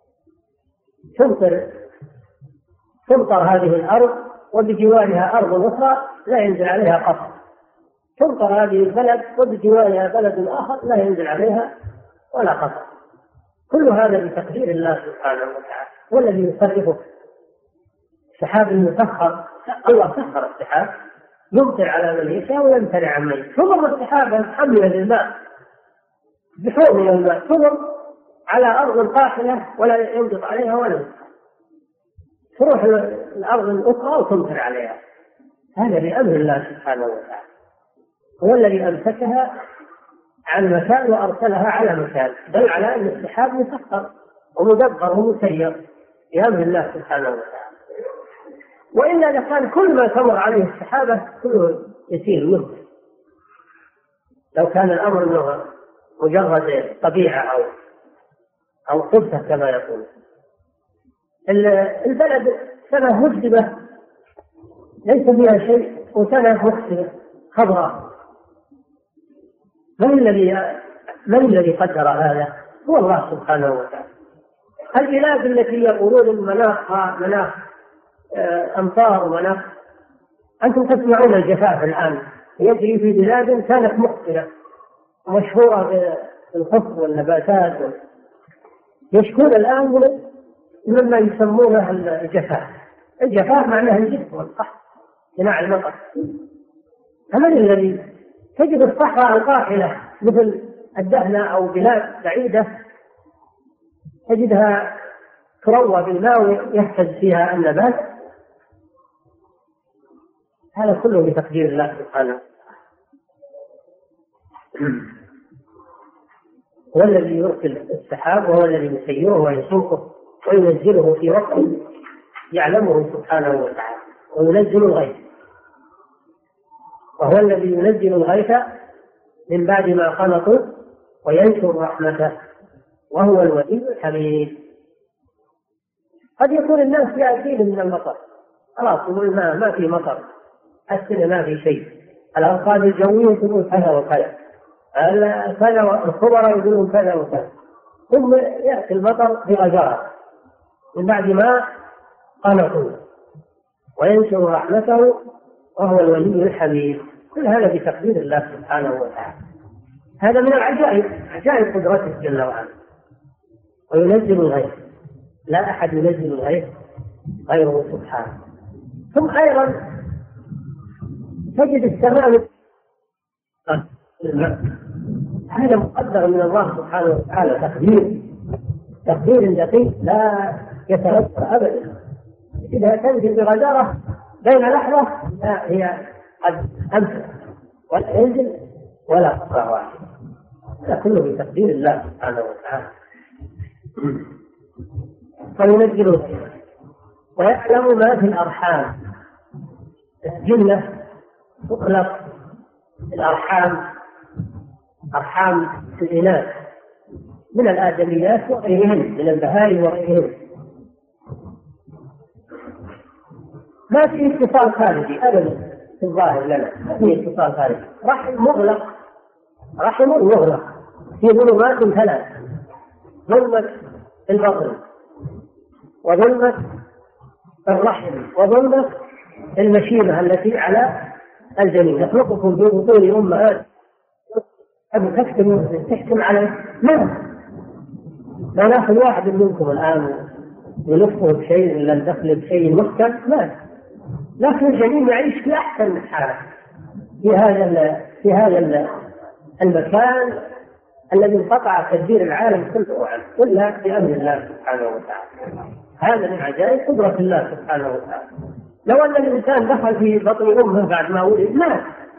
تمطر هذه الأرض وبجوارها أرض أخرى لا ينزل عليها قطر، تمطر هذه البلد وبجوارها بلد آخر لا ينزل عليها ولا قطر. كل هذا بتقدير الله سبحانه وتعالى. والذي يصرفه السحاب المسخر، الله سخر السحاب يمطر على من يشاء ويمتنع عن من يشاء. تمر السحابة حملة للماء بحور من الماء، تمر على أرض قاحلة ولا ينبط عليها ولا ينبط، تروح الأرض الأخرى وتمطر عليها. هذا بأمر الله سبحانه وتعالى، هو الذي أمسكها عن مكان وأرسلها على مكان، دل على أن السحاب مسخر ومدبر ومسير بأمر الله سبحانه وتعالى. وإلا لكان كل ما تمر عليه السحابة كله يسير يهدر، لو كان الأمر منه مجرد طبيعة أو صدفة كما يقول. البلد سنة مكتبة ليس فيها شيء وسنة مكتبة خضراء. من الذي قدر هذا؟ هو الله سبحانه وتعالى. البلاد التي يقولون مناخها مناخ أمطار ومناخ، أنتم تسمعون الجفاف الآن يجري في بلاد كانت مقبلة مشهورة بالخصب والنباتات، يشكون الآن مما يسمونه الجفاف. الجفاف معناه الجف والقحط، صناع المطر. فمن الذي تجد الصحراء القاحلة مثل الدهنة أو بلاد بعيدة تجدها تروى بالماء ويهتز فيها النبات؟ هذا كله بتقدير الله سبحانه. هو الذي يرسل السحاب وهو الذي يسيره ويسوقه وينزله في وقت يعلمه سبحانه وتعالى، وينزل الغيث، وهو الذي ينزل الغيث من بعد ما قنطوا وينشر رحمته وهو الولي الحميد. قد يكون الناس يأتين من المطر، خلاص يقول ما في مطر، السنة ما في شيء، الأرصاد الجوية تقول كذا وكذا، الخبراء يقولون كذا وكذا، ثم يأتي المطر بغزارة من بعد ما قنطوا وينشر رحمته وهو الولي الحميد. كل هذا بتقدير الله سبحانه وتعالى. هذا من العجائب، عجائب قدرته جل وعلا. وينزل الغيث، لا أحد ينزل الغيث غيره سبحانه. ثم أيضا تجد السماء هذا مقدر من الله سبحانه وتعالى، تقدير دقيق لا يتغير أبدا. إذا تنزل بغزارة بين لحظة لا هي قد أمسك ولا ينزل ولا قطرة واحدة. هذا كله بتقدير الله سبحانه وتعالى. وينزل الغيث ويعلم ما في الأرحام. الجنة تخلق الأرحام، أرحام الإناث من الآدميات وغيرهن من البهائم وغيرهن، ما في اتصال خارجي أبدا في الظاهر لنا، ما في اتصال خارجي. رحم مغلق، رحم مغلق في ظلمات ثلاث: ظلمة البطن، وظلمة الرحم، وظلمة المشيمة التي على الجنين. يخلقكم في بطون أمهات تحكم على ما ناخذ واحد منكم الآن يلفه بشيء ولا ندخل بشيء محكم، لكن الجنين يعيش في أحسن حالة في هذا المكان الذي انقطع تدبير العالم كله عنه إلا بأمر الله سبحانه وتعالى. هذا من عجائب قدرة الله سبحانه وتعالى. لو أن الإنسان دخل في بطن أمه بعد ما ولد مات.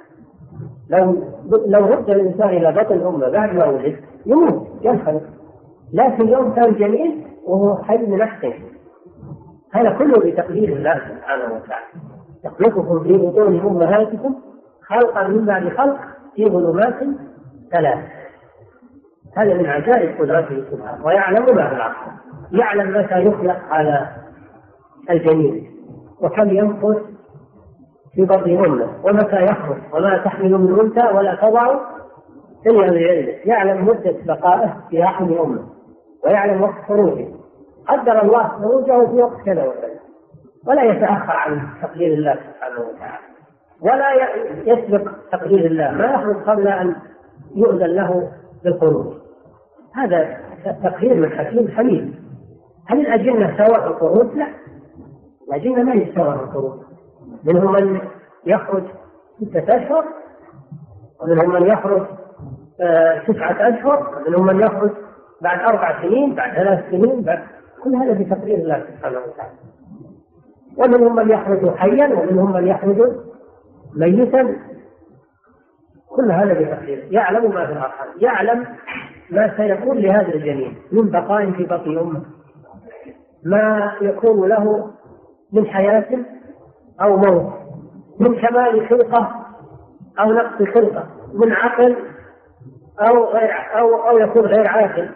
لو رد الإنسان إلى بطن أمه بعد ما ولد يموت ينخلق، لكن يوم كان جميل وهو حي من أحسن. هذا كله بتقدير الله سبحانه وتعالى. يخلقكم في بطون أمهاتكم خلقا من بعد خلق في ظلمات ثلاث. هذا من عجائب قدرته سبحانه. ويعلم ما في الأرحام، يعلم متى يخلق على الجنين وكم ينفث في بطن أمه ومتى يخرج وما تحمل من أنثى ولا تضع إلا بعلمه. يعلم مدة بقائه في رحم أمه ويعلم وقت خروجه. قدر الله خروجه في وقت كذا وكذا، ولا يتأخر عن تقدير الله سبحانه وتعالى، ولا يسبق تقدير الله، ما يخرج قبل أن يؤذن له بالخروج. هذا تقدير من حكيم حميد. هل الأجنة سواء الخروج؟ لا، الأجنة ما يسوى الخروج. منهم من يخرج 6 أشهر، ومنهم من يخرج 9 أشهر، ومنهم من يخرج بعد 4 سنين، بعد 3 سنين، كل هذا بتقدير الله سبحانه وتعالى. ومنهم من يخرج حيا، ومنهم من يخرج ميتا، كل هذا بتقدير. يعلم ما في الأرحام، يعلم ما سيكون لهذا الجنين من بقاء في بطن أمه، ما يكون له من حياة أو موت، من كمال خلقة أو نقص خلقة، من عقل أو يكون غير عاقل،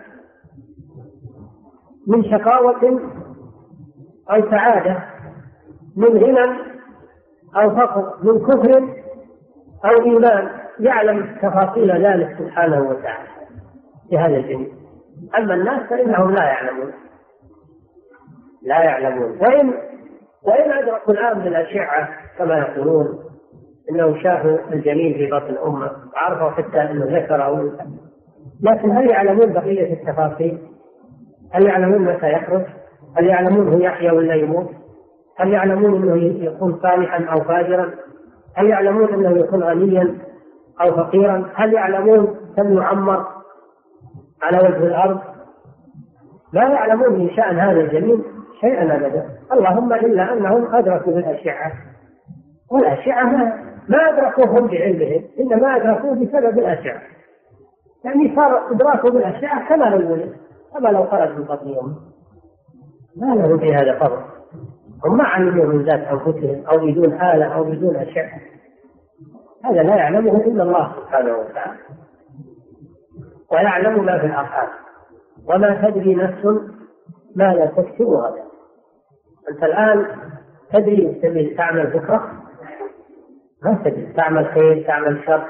من شقاوة أو سعادة، من غنى أو فقر، من كفر أو إيمان. يعلم تفاصيل ذلك سبحانه وتعالى في هذا الجنين. أما الناس فإنهم لا يعلمون. وإن أدركوا الآن بالأشعة كما يقولون إنه شافوا الجنين في بطن أمه وعرفوا حتى أنه ذكر أو أنثى، لكن هل يعلمون بقية التفاصيل؟ هل يعلمون متى يخرج؟ هل يعلمون هو يحيا ولا يموت؟ هل يعلمون أنه يكون صالحا أو فاجرا؟ هل يعلمون أنه يكون غنيا أو فقيرا؟ هل يعلمون كم يعمر على وجه الأرض؟ لا يعلمون من شأن هذا الجنين شيئا أبدا، اللهم إلا أنهم أدركوا بالأشعة، والأشعة ما أدركوهم بعلمهم، إنما أدركوه بسبب الأشعة. يعني صار إدراكه بالأشعة كما لو ولد، كما لو خرج من بطن أمه، ما له في هذا فضل. هم ما علموا من ذات أنفسهم أو بدون آلة أو بدون أشعة، هذا لا يعلمه إلا الله سبحانه وتعالى. ويعلم ما في الأرحام وما تدري نفس ماذا تكسب غدا. أنت الآن تدري تعمل بكرة؟ ما تدري، تعمل خير تعمل شر،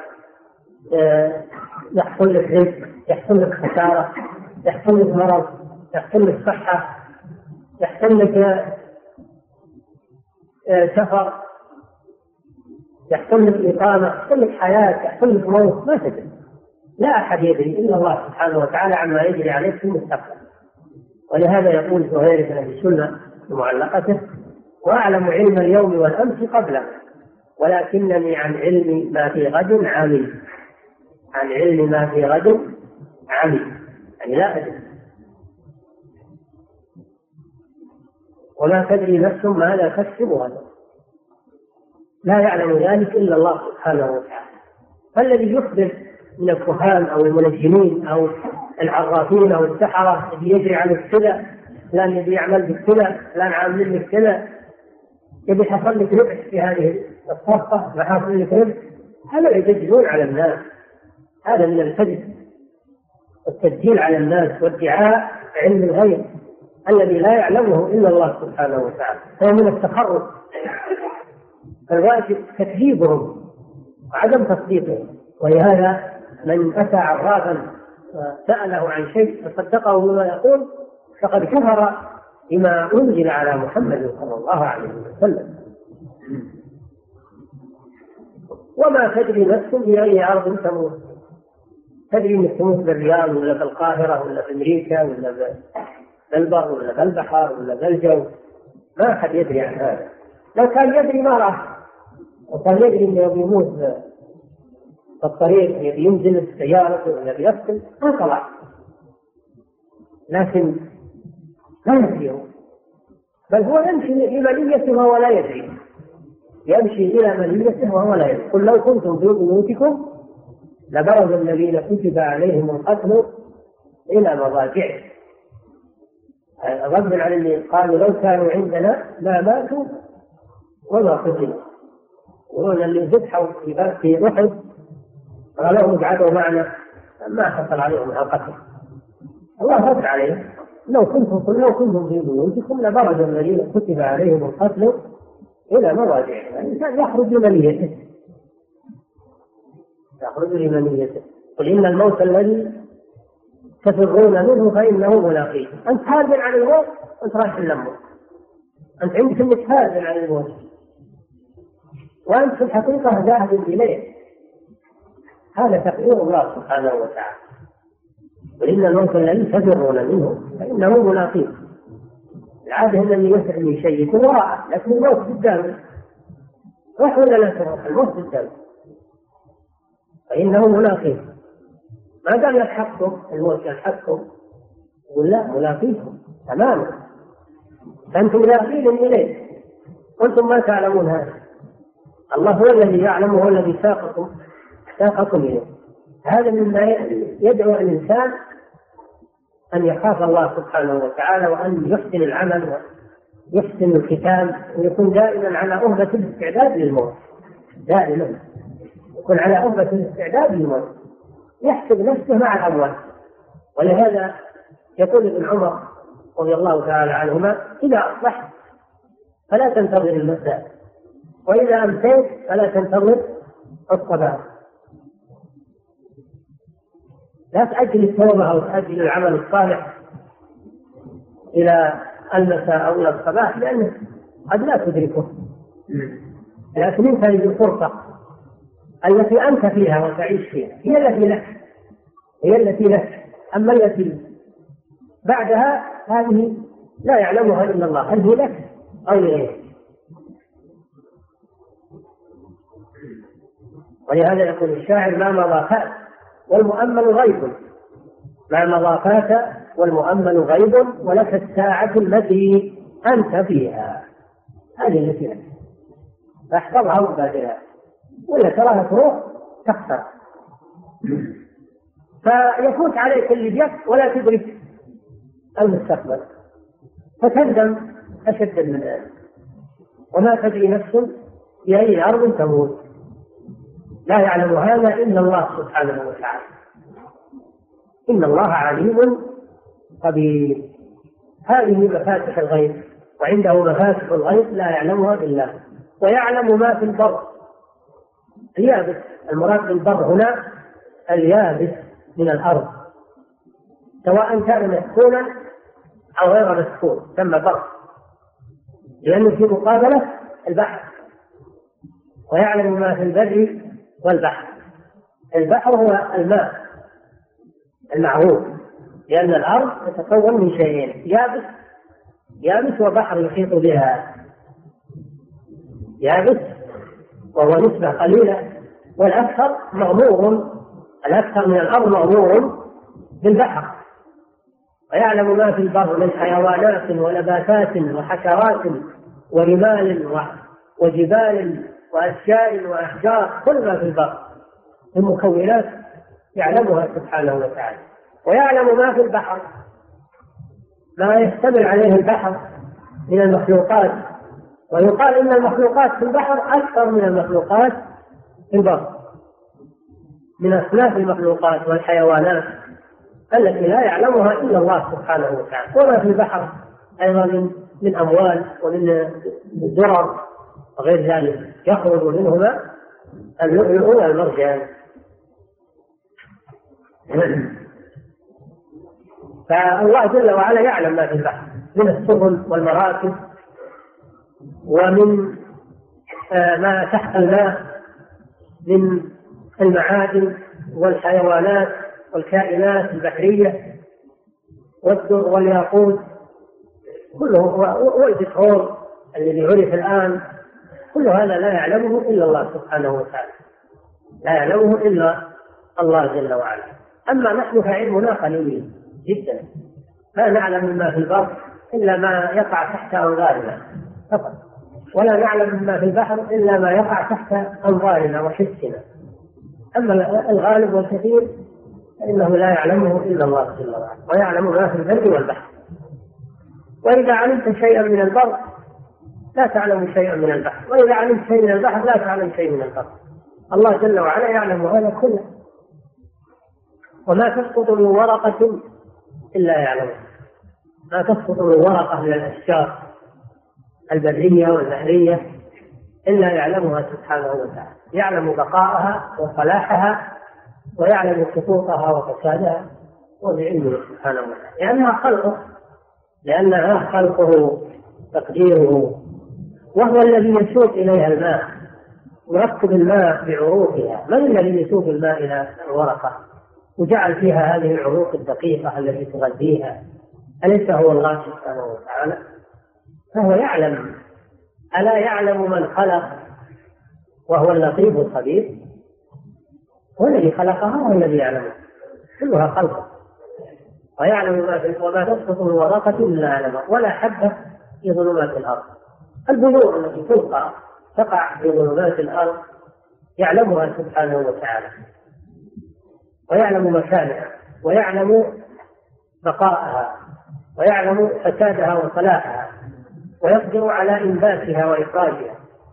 يحصل لك رزق، يحصل لك خسارة، يحصل لك مرض، يحصل لك صحة، يحصل لك سفر، يحصل لك إقامة، يحصل لك حياة، يحصل لك موت، ما تدري. لا أحد يدري إلا الله سبحانه وتعالى عما يجري عليك في المستقبل. ولهذا يقول زهير بن أبي سلمة في معلقته: وأعلم علم اليوم والأمس قبله ولكنني عن علم ما في غد عمي. عن علم ما في غد عمي، يعني لا أدري. وما تدري نفس ماذا تكسب غدا، لا يعلم ذلك إلا الله سبحانه وتعالى. فالذي يخبر من الكهان أو المنجمين أو العرافين والسحرة اللي يجري عن السلع، فلان يبي يعمل بالسلع، فلان عامل لك سلع، يبي يحصل لك ربح في هذه الصفقة، وحاصل لك ربح. هذا يدجلون على الناس، هذا من الكذب والتسجيل على الناس وادعاء علم الغيب الذي لا يعلمه إلا الله سبحانه وتعالى، هو من التخرج. الواجب تكذيبهم وعدم تصديقهم. ولهذا من أتى عرافا سأله عن شيء فصدقه بما يقول فقد كفر بما أنزل على محمد صلى الله عليه وسلم. وما تدري نفس بأي أرض تموت، تدري أنك تموت بالرياض ولا بالقاهرة ولا بأمريكا ولا بالبر ولا بالبحر ولا بالجو، ما أحد يدري عن هذا. لو كان يدري ما راح، وكان يدري أنه بيموت في الطريق ينزل السيارة ولا بيفصل ما طلع، لكن لا يدري، بل هو يمشي لمنيته وهو لا يدري، يمشي إلى منيته وهو لا يدري. قل لو كنتم في بيوتكم لبرز الذين كتب عليهم القتل إلى مضاجعهم. رد على اللي قالوا لو كانوا عندنا ما ماتوا وما قتلوا، يقولون اللي ذبحوا في أحد قالوا اقعدوا معنا ما حصل عليهم القتل. الله رد عليه لو كنتم في بيوتكم لبرز الذين كتب عليهم القتل إلى مضاجعهم. الإنسان يخرج لمنيته. قل إن الموت الذي تفرون منه فإنه ملاقيكم. أنت هارب عن الموت، أنت رايح الموت، أنت عندك أنك هارب عن الموت، وأنت في الحقيقة ذاهب إليه. هذا تقدير الله سبحانه وتعالى. قل إن الموت الذي تفرون منه فإنه ملاقيكم. العادة الذي يسعى من شيء يكون وراءه، لكن الموت قدامه، روح ولا لا تروح، الموت قدامه فإنه ملاقيكم. ما دام يلحقكم الموت يلحقكم، يقول لا ملاقيكم تماما، فأنتم لاقين إليه وأنتم ما تعلمون هذا. الله هو الذي يعلم، هو الذي ساقكم إليه. هذا مما يدعو الإنسان أن يخاف الله سبحانه وتعالى، وأن يحسن العمل ويحسن الختام، ويكون دائما على أهبة الاستعداد للموت، دائما يكون على أهبة الاستعداد للموت، يحسب نفسه مع الأموات. ولهذا يقول ابن عمر رضي الله تعالى عنهما إذا أصبحت فلا تنتظر المساء، وإذا أمسيت فلا تنتظر الصباح. لا تأجل التوبة أو تأجل العمل الصالح إلى المساء أو إلى الصباح، لأنه قد لا تدركه، لكن انت الفرصة التي أنت فيها وتعيش فيها هي التي لك. أما التي بعدها هذه لا يعلمها إلا الله، هل هي لك أو لغيرك. ولهذا يقول الشاعر ما مضى فات والمؤمل غيب، ما مضى فات والمؤمل غيب، ولك الساعة التي أنت فيها، هذه التي لك، فاحفظها وبادرها، ولا تراها تروح تخسر، فيفوت عليك اللي جاء ولا تدرك المستقبل، فتندم أشد من ذلك. وما تدري نفس بأي أرض تموت، لا يعلم هذا إلا الله سبحانه وتعالى. إن الله عليم خبير. هذه مفاتح الغيب، وعنده مفاتح الغيب لا يعلمها إلا هو، ويعلم ما في البر اليابس. المراد بالبر هنا اليابس من الأرض، سواء كان مسكونا أو غير مسكون ثم بر، لأنه في مقابلة البحر. ويعلم ما في البر والبحر. البحر هو الماء المعروف، لأن الأرض تتكون من شيئين، يابس وبحر يحيط بها. يابس وهو نسبة قليلة، والأكثر مغمور، الأكثر من الأرض مغمور بالبحر. ويعلم ما في البر من حيوانات ونباتات وحشرات ورمال وجبال وأشجار وأحجار، كل ما في البر المكونات يعلمها سبحانه وتعالى. ويعلم ما في البحر، ما يشتمل عليه البحر من المخلوقات. ويقال إن المخلوقات في البحر أكثر من المخلوقات في البر، من أصناف المخلوقات والحيوانات التي لا يعلمها إلا الله سبحانه وتعالى. وما في البحر أيضا من أموال ومن درر وغير ذلك يخرج منهما اللؤلؤ والمرجان. فالله جل وعلا يعلم ما في البحر من السفن والمراكب ومن ما تحت الماء من المعادن والحيوانات والكائنات البحرية والدر والياقوت كله، والبترول الذي عرف الآن، كل هذا لا يعلمه إلا الله سبحانه وتعالى، لا يعلمه إلا الله جل وعلا. أما نحن فعلمنا قليل جدا، لا نعلم مما في البر إلا ما يقع تحت أنظارنا فقط، ولا نعلم مما في البحر إلا ما يقع تحت أنظارنا وحسنا. أما الغالب والكثير فإنه لا يعلمه إلا الله جل وعلا، ويعلم ما في البر والبحر. وإذا علمت شيئا من البر لا تعلم شيئا من البحر، وإذا علمت شيئا من البحر لا تعلم شيئا من البر. الله جل وعلا يعلم هذا كله. وما تسقط من ورقة إلا يعلمها، ما تسقط من ورقة من الأشجار البرية والبحرية إلا يعلمها سبحانه وتعالى، يعلم بقاءها وصلاحها ويعلم سقوطها وفسادها وبعلمه سبحانه وتعالى، لأنها خلقه تقديره، وهو الذي يسوق إليها الماء، يركب الماء بعروقها. من الذي يسوق الماء إلى الورقة وجعل فيها هذه العروق الدقيقة التي تغذيها؟ أليس هو الله سبحانه وتعالى؟ فهو يعلم. ألا يعلم من خلق وهو اللطيف الخبير؟ هو الذي خلقها هو الذي يعلمها، كلها خلقه، ويعلم وما تسقط من ورقة إلا يعلمها ولا حبة في ظلمات الأرض. البذور التي تقع في ظلمات الأرض يعلمها سبحانه وتعالى، ويعلم مكانها ويعلم بقاءها ويعلم فسادها وصلاحها، ويقدر على إنباتها وإخراجها.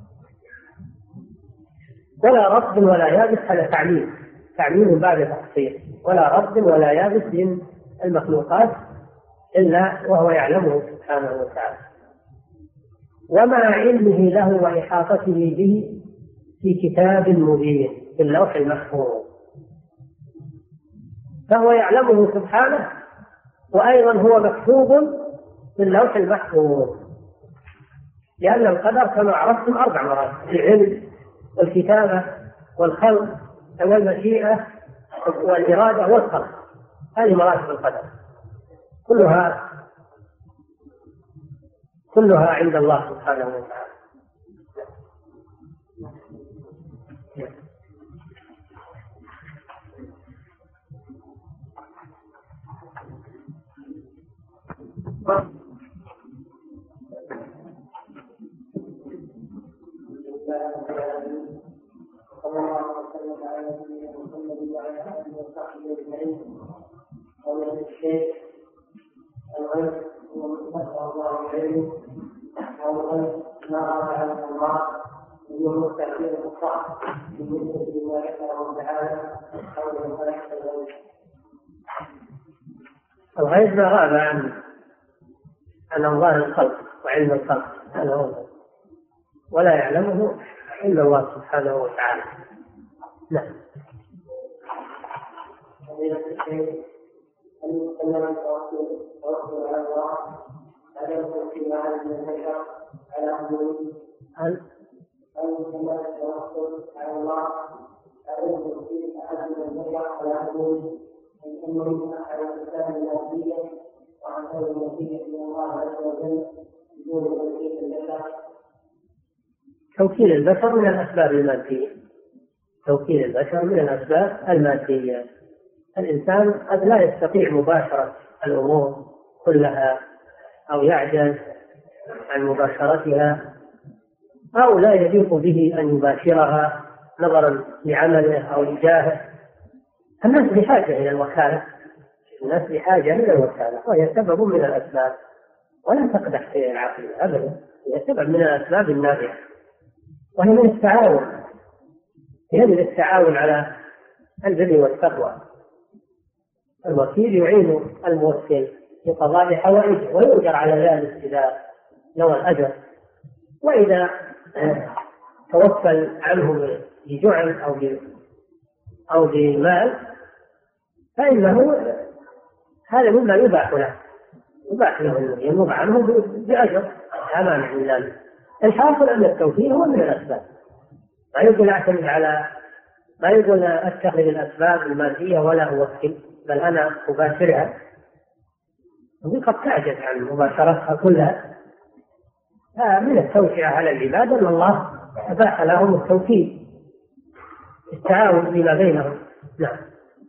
ولا رطب ولا يابس، هذا تعليم بعد تفصيل، ولا رطب ولا يابس من المخلوقات إلا وهو يعلمه سبحانه وتعالى. ومع علمه له وإحاطته به في كتاب مبين في اللوح المحفوظ، فهو يعلمه سبحانه، وأيضا هو مكتوب في اللوح المحفوظ. لأن القدر كما عرفتم 4 مراتب: العلم والكتابة والخلق والمشيئة والإرادة والخلق. هذه مراتب القدر كلها عند الله سبحانه وتعالى. الغيب ما غاب عن الله الخلق وعلم الخلق، هذا هو، ولا يعلمه إلا الله سبحانه وتعالى. نعم. توكيل البشر من الأسباب المادية، توكيل البشر من الأسباب المادية. الإنسان قد لا يستطيع مباشرة الأمور كلها، أو يعجز عن مباشرتها، أو لا يليق به أن يباشرها نظرا لعمله أو لجاهه. الناس بحاجة إلى الوكالة، الناس بحاجة إلى الوكالة، وهي سبب من الأسباب، ولا تقدح في العقل أبدا، هي سبب من الأسباب النافعة، وهي من التعاون، هي من التعاون على البر والتقوى. الوكيل يعين الموكل في قضاء حوائجه ويؤجر على ذلك إذا نوى الأجر. وإذا توكل عنه بجعل أو بمال فإنه هذا مما يباح له ينوب عنه بأجر، لا مانع من ذلك. الحاصل أن التوكيل هو من الأسباب، ما يقول أعتمد على، ما يقول أتخذ الأسباب المادية ولا أوكل، بل أنا أباشرها، وقد تعجز عن مباشرتها كلها. من التوسعة على العباد أن الله أباح لهم التوكيل، التعاون فيما بينهم. نعم.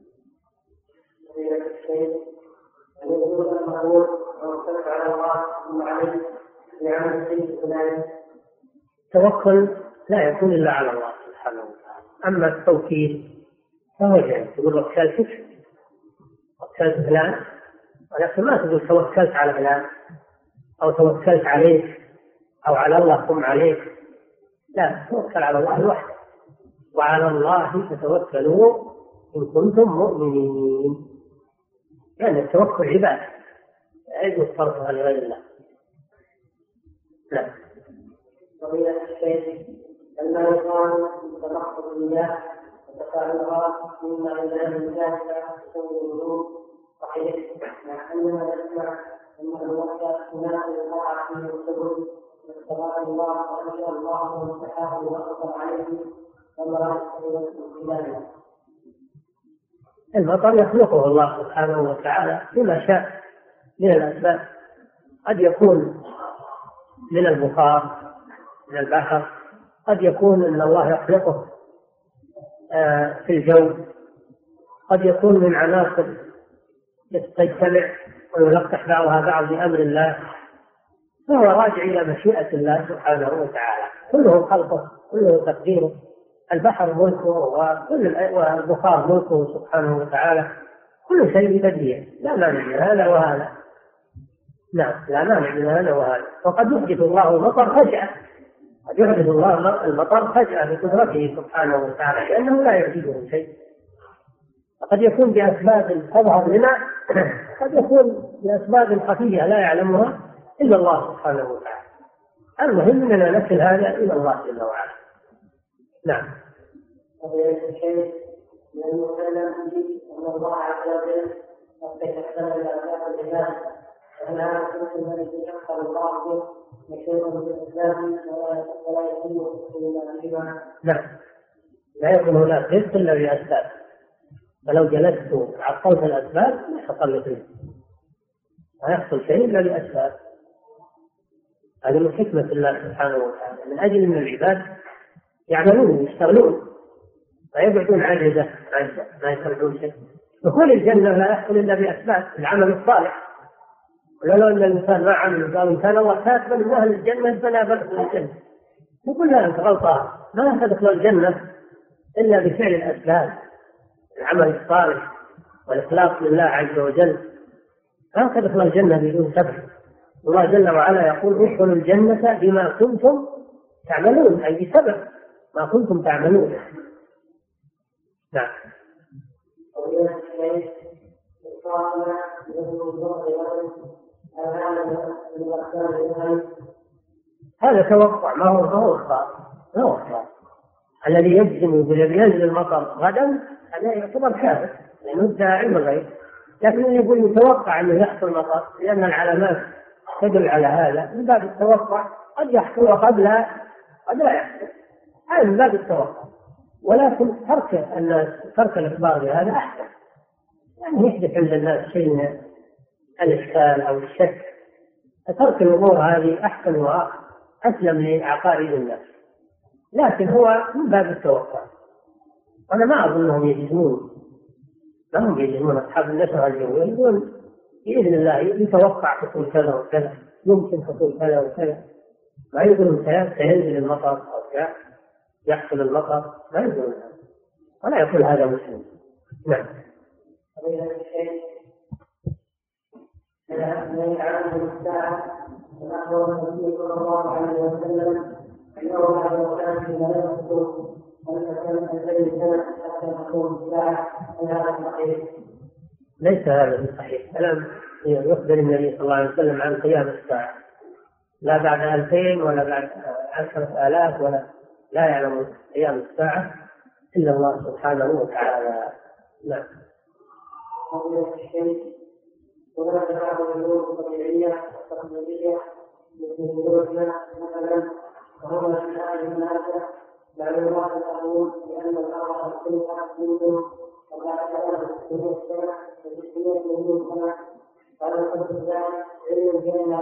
التوكل لا يكون إلا على الله سبحانه وتعالى. أما التوكيل فهو جائز، تقول وكلتك وكلت فلان، ولكن ما تقول توكلت على فلان أو توكلت عليك أو على الله قم عليك، لا، توكل على الله وحده، وعلى الله فتوكلوا إن كنتم مؤمنين، يعني التوكل عبادة لا يجوز صرفها لغير الله. لا. فضيلة الشيخ، لما يقال تلخص الله وتفاعلها مما عندنا من ذلك تسوي الوجود صحيح، مع أننا نسمع أن الوحدة هناك الواقع فيه السبل واستغاث الله وأنشأ الله ومستحاه وأقدر عليه وما يستطيع. المطر يخلقه الله سبحانه وتعالى بما شاء من الأسباب، قد يكون من البخار من البحر، قد يكون أن الله يخلقه في الجو، قد يكون من عناصر تجتمع ويلقح بعضها بعض بأمر الله، فهو راجع إلى مشيئة الله سبحانه وتعالى، كله خلقه، كله تقديره. البحر ملكه والبخار ملكه سبحانه وتعالى، كل شيء بديع، لا مانع من هذا وهذا. نعم، لا مانع من هذا وهذا. وقد يحدث الله المطر فجأة، قد يحدث الله المطر فجأة بقدرته سبحانه وتعالى، لأنه لا يعجزه شيء. قد يكون بأسباب تظهر لنا، قد يكون بأسباب خفية لا يعلمها إلا الله سبحانه وتعالى. المهم أننا نسأل هذا إلى الله جل وعلا. نعم. فضيلة الشيخ، من المسلم أن الله عز وجل قد تكفل الأسباب العباد، وأن هذا الحكم الذي تكفل الله به مشروع بالإسلام ولا يكون إلا بما. نعم، لا يكون هناك رزق إلا بأسباب، فلو جلست وعطلت الأسباب ما يحصل لك رزق، لا يحصل شيء إلا بأسباب. هذا من حكمة الله سبحانه وتعالى، من أجل أن العباد يعملون ويشتغلون، لا يبعدون عن الرزق، ما يتركون شيء. دخول الجنة لا يحصل إلا بأسباب العمل الصالح، ولو أن الإنسان ما عمل قال إن كان الله كاتبا من أهل الجنة فلا بدخل الجنة، نقول لا، أنت غلطان، ما تدخل الجنة إلا بفعل الأسباب، العمل الصالح والإخلاص لله عز وجل. لا تدخل الجنة بدون سبب. الله جل وعلا يقول ادخلوا الجنة بما كنتم تعملون، أي بسبب ما كنتم تعملون. نعم. هذا توقع، ما هو إخبار. الذي يجزم بينزل المطر غدا هذا يعتبر كافر، لأنه ادعى علم الغيب. لكن اللي يقول يتوقع أنه يحصل مطر لأن العلامات تدل على هذا، من باب التوقع، قد يحصل وقد لا يحصل، هذا من باب التوقع. ولكن ترك الإخبار بهذا أحسن، يعني يحدث عند الناس شيء من الإشكال أو الشك، فترك الأمور هذه أحسن وأسلم لعقائد الناس. لكن هو من باب التوقع، أنا ما أظنهم يجزمون، ما هم يجزمون أصحاب النشر اليوم، يقولون بإذن الله يتوقع حصول كذا وكذا، يمكن حصول كذا وكذا، ما يقولون سينزل المطر أو يحصل المطر، ما يقولون هذا، ولا يقول هذا مسلم. نعم. الذي علمه الساعة فأخبر النبي صلى الله عليه وسلم أنه بعد كان لا يصدق أن كان الذي كان حتى تقوم الساعة هذا صحيح. ليس هذا صحيح. كلام يخبر النبي صلى الله عليه وسلم عن قيام الساعة، لا بعد 2000 ولا بعد 10,000 ولا، لا يعلم قيام الساعة إلا الله سبحانه وتعالى. نعم. وهناك بعض الامور الطبيعيه والتقليديه مثل بيوتنا مثلا، وهو من هذه المناسبه معلومات تقول بان الارض كلها منذ 4000 سنه و600 مليون سنه، قال الانسان علم بان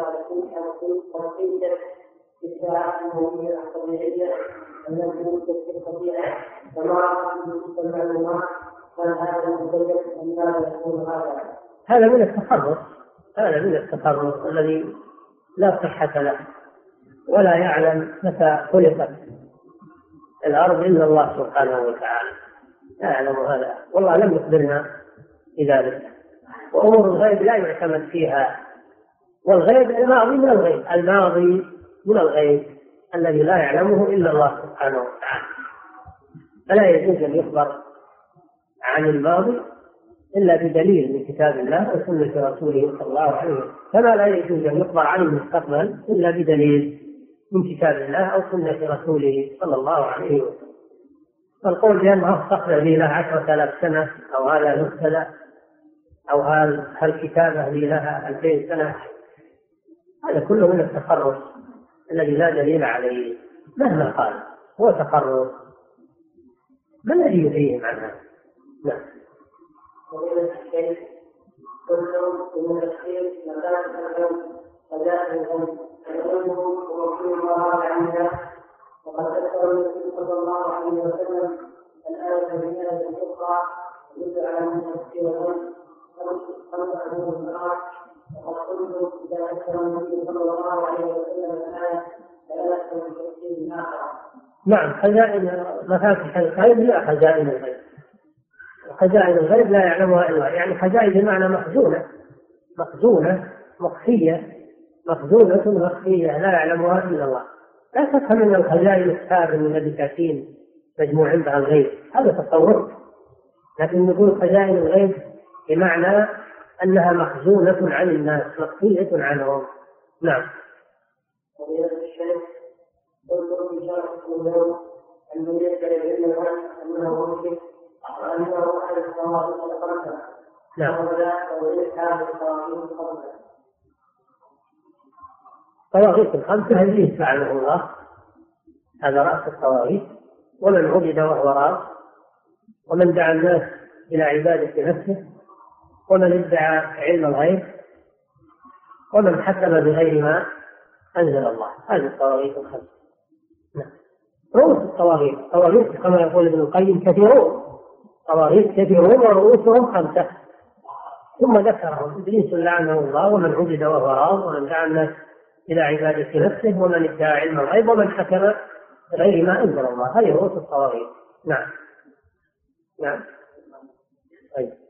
ترقيق في الساعات النوويه الطبيعيه التي توجد في الطبيعه كما في المعلومات. هذا المدرك ان لا يكون هذا. هذا من التخرص، هذا من التخرص الذي لا صحة له، ولا يعلم متى خلقت الأرض إلا الله سبحانه وتعالى، لا يعلم هذا، والله لم يخبرنا بذلك. وأمور الغيب لا يعتمد فيها، والغيب الماضي من الغيب، الماضي من الغيب الذي لا يعلمه إلا الله سبحانه وتعالى، فلا يجوز أن يخبر عن الماضي إلا بدليل من كتاب الله وسنة رسوله صلى الله عليه وسلم، كما لا يجوز أن يخبر عن المستقبل إلا بدليل من كتاب الله أو سنة رسوله صلى الله عليه وسلم. فالقول بأنه استقبل لي له 10,000 سنة أو هذا مبتدأ أو هالكتابة لي لها 2000 سنة، هذا كله من التخرص الذي لا دليل عليه مهما قال، هو تخرص. ما الذي يفيهم عنها؟ نعم. ومن الشيء كلهم من التفسير مكان الهم فجاءهم علمه ورسول الله عنه، وقد ذكر النبي صلى الله عليه وسلم الآية بنية الأخرى يدل على أن تفسيرهم خمسة أمور النار. وقد قلت إذا ذكر النبي صلى الله عليه وسلم الآية فلا يذكر تفسير آخر. نعم. خزائن مفاتيح الغيب لا خزائن الغيب، خزائن الغيب لا يعلمها إلا، يعني خزائن بمعنى مخزونة مخفية لا يعلمها إلا الله. لا تفهم من الخزائن السابق من الدكاكين مجموع عندها الغيب، هذا تصور. لكن نقول خزائن الغيب بمعنى أنها مخزونة عن الناس، مخفية عنهم. نعم. وبهذا الشيء كل إشارة اليوم أن يدعي العلم أنه مشرك وأنه أحد الصوابط الخمسة. نعم. وليس هذه الصوابط الخمسة. الطواغيت الخمسة هذه فعله الله، هذا رأس الطواغيت، ومن عبد وهو راس، ومن دعا الناس إلى عبادة نفسه، ومن ادعى علم الغيب، ومن حكم بغير ما أنزل الله. هذه الطواغيت الخمسة. نعم. رؤوس الطواغيت كما يقول ابن القيم كثيرون، طواغيت كثيرون ورؤوسهم 5، ثم ذكرهم: إبليس لعنه الله، ومن عبد وهو راض، ومن دعا الناس إلى عبادة نفسه، ومن ادعى علم الغيب، ومن حكم بغير ما أنزل الله. هذه رؤوس الطواغيت. نعم. نعم. طيب.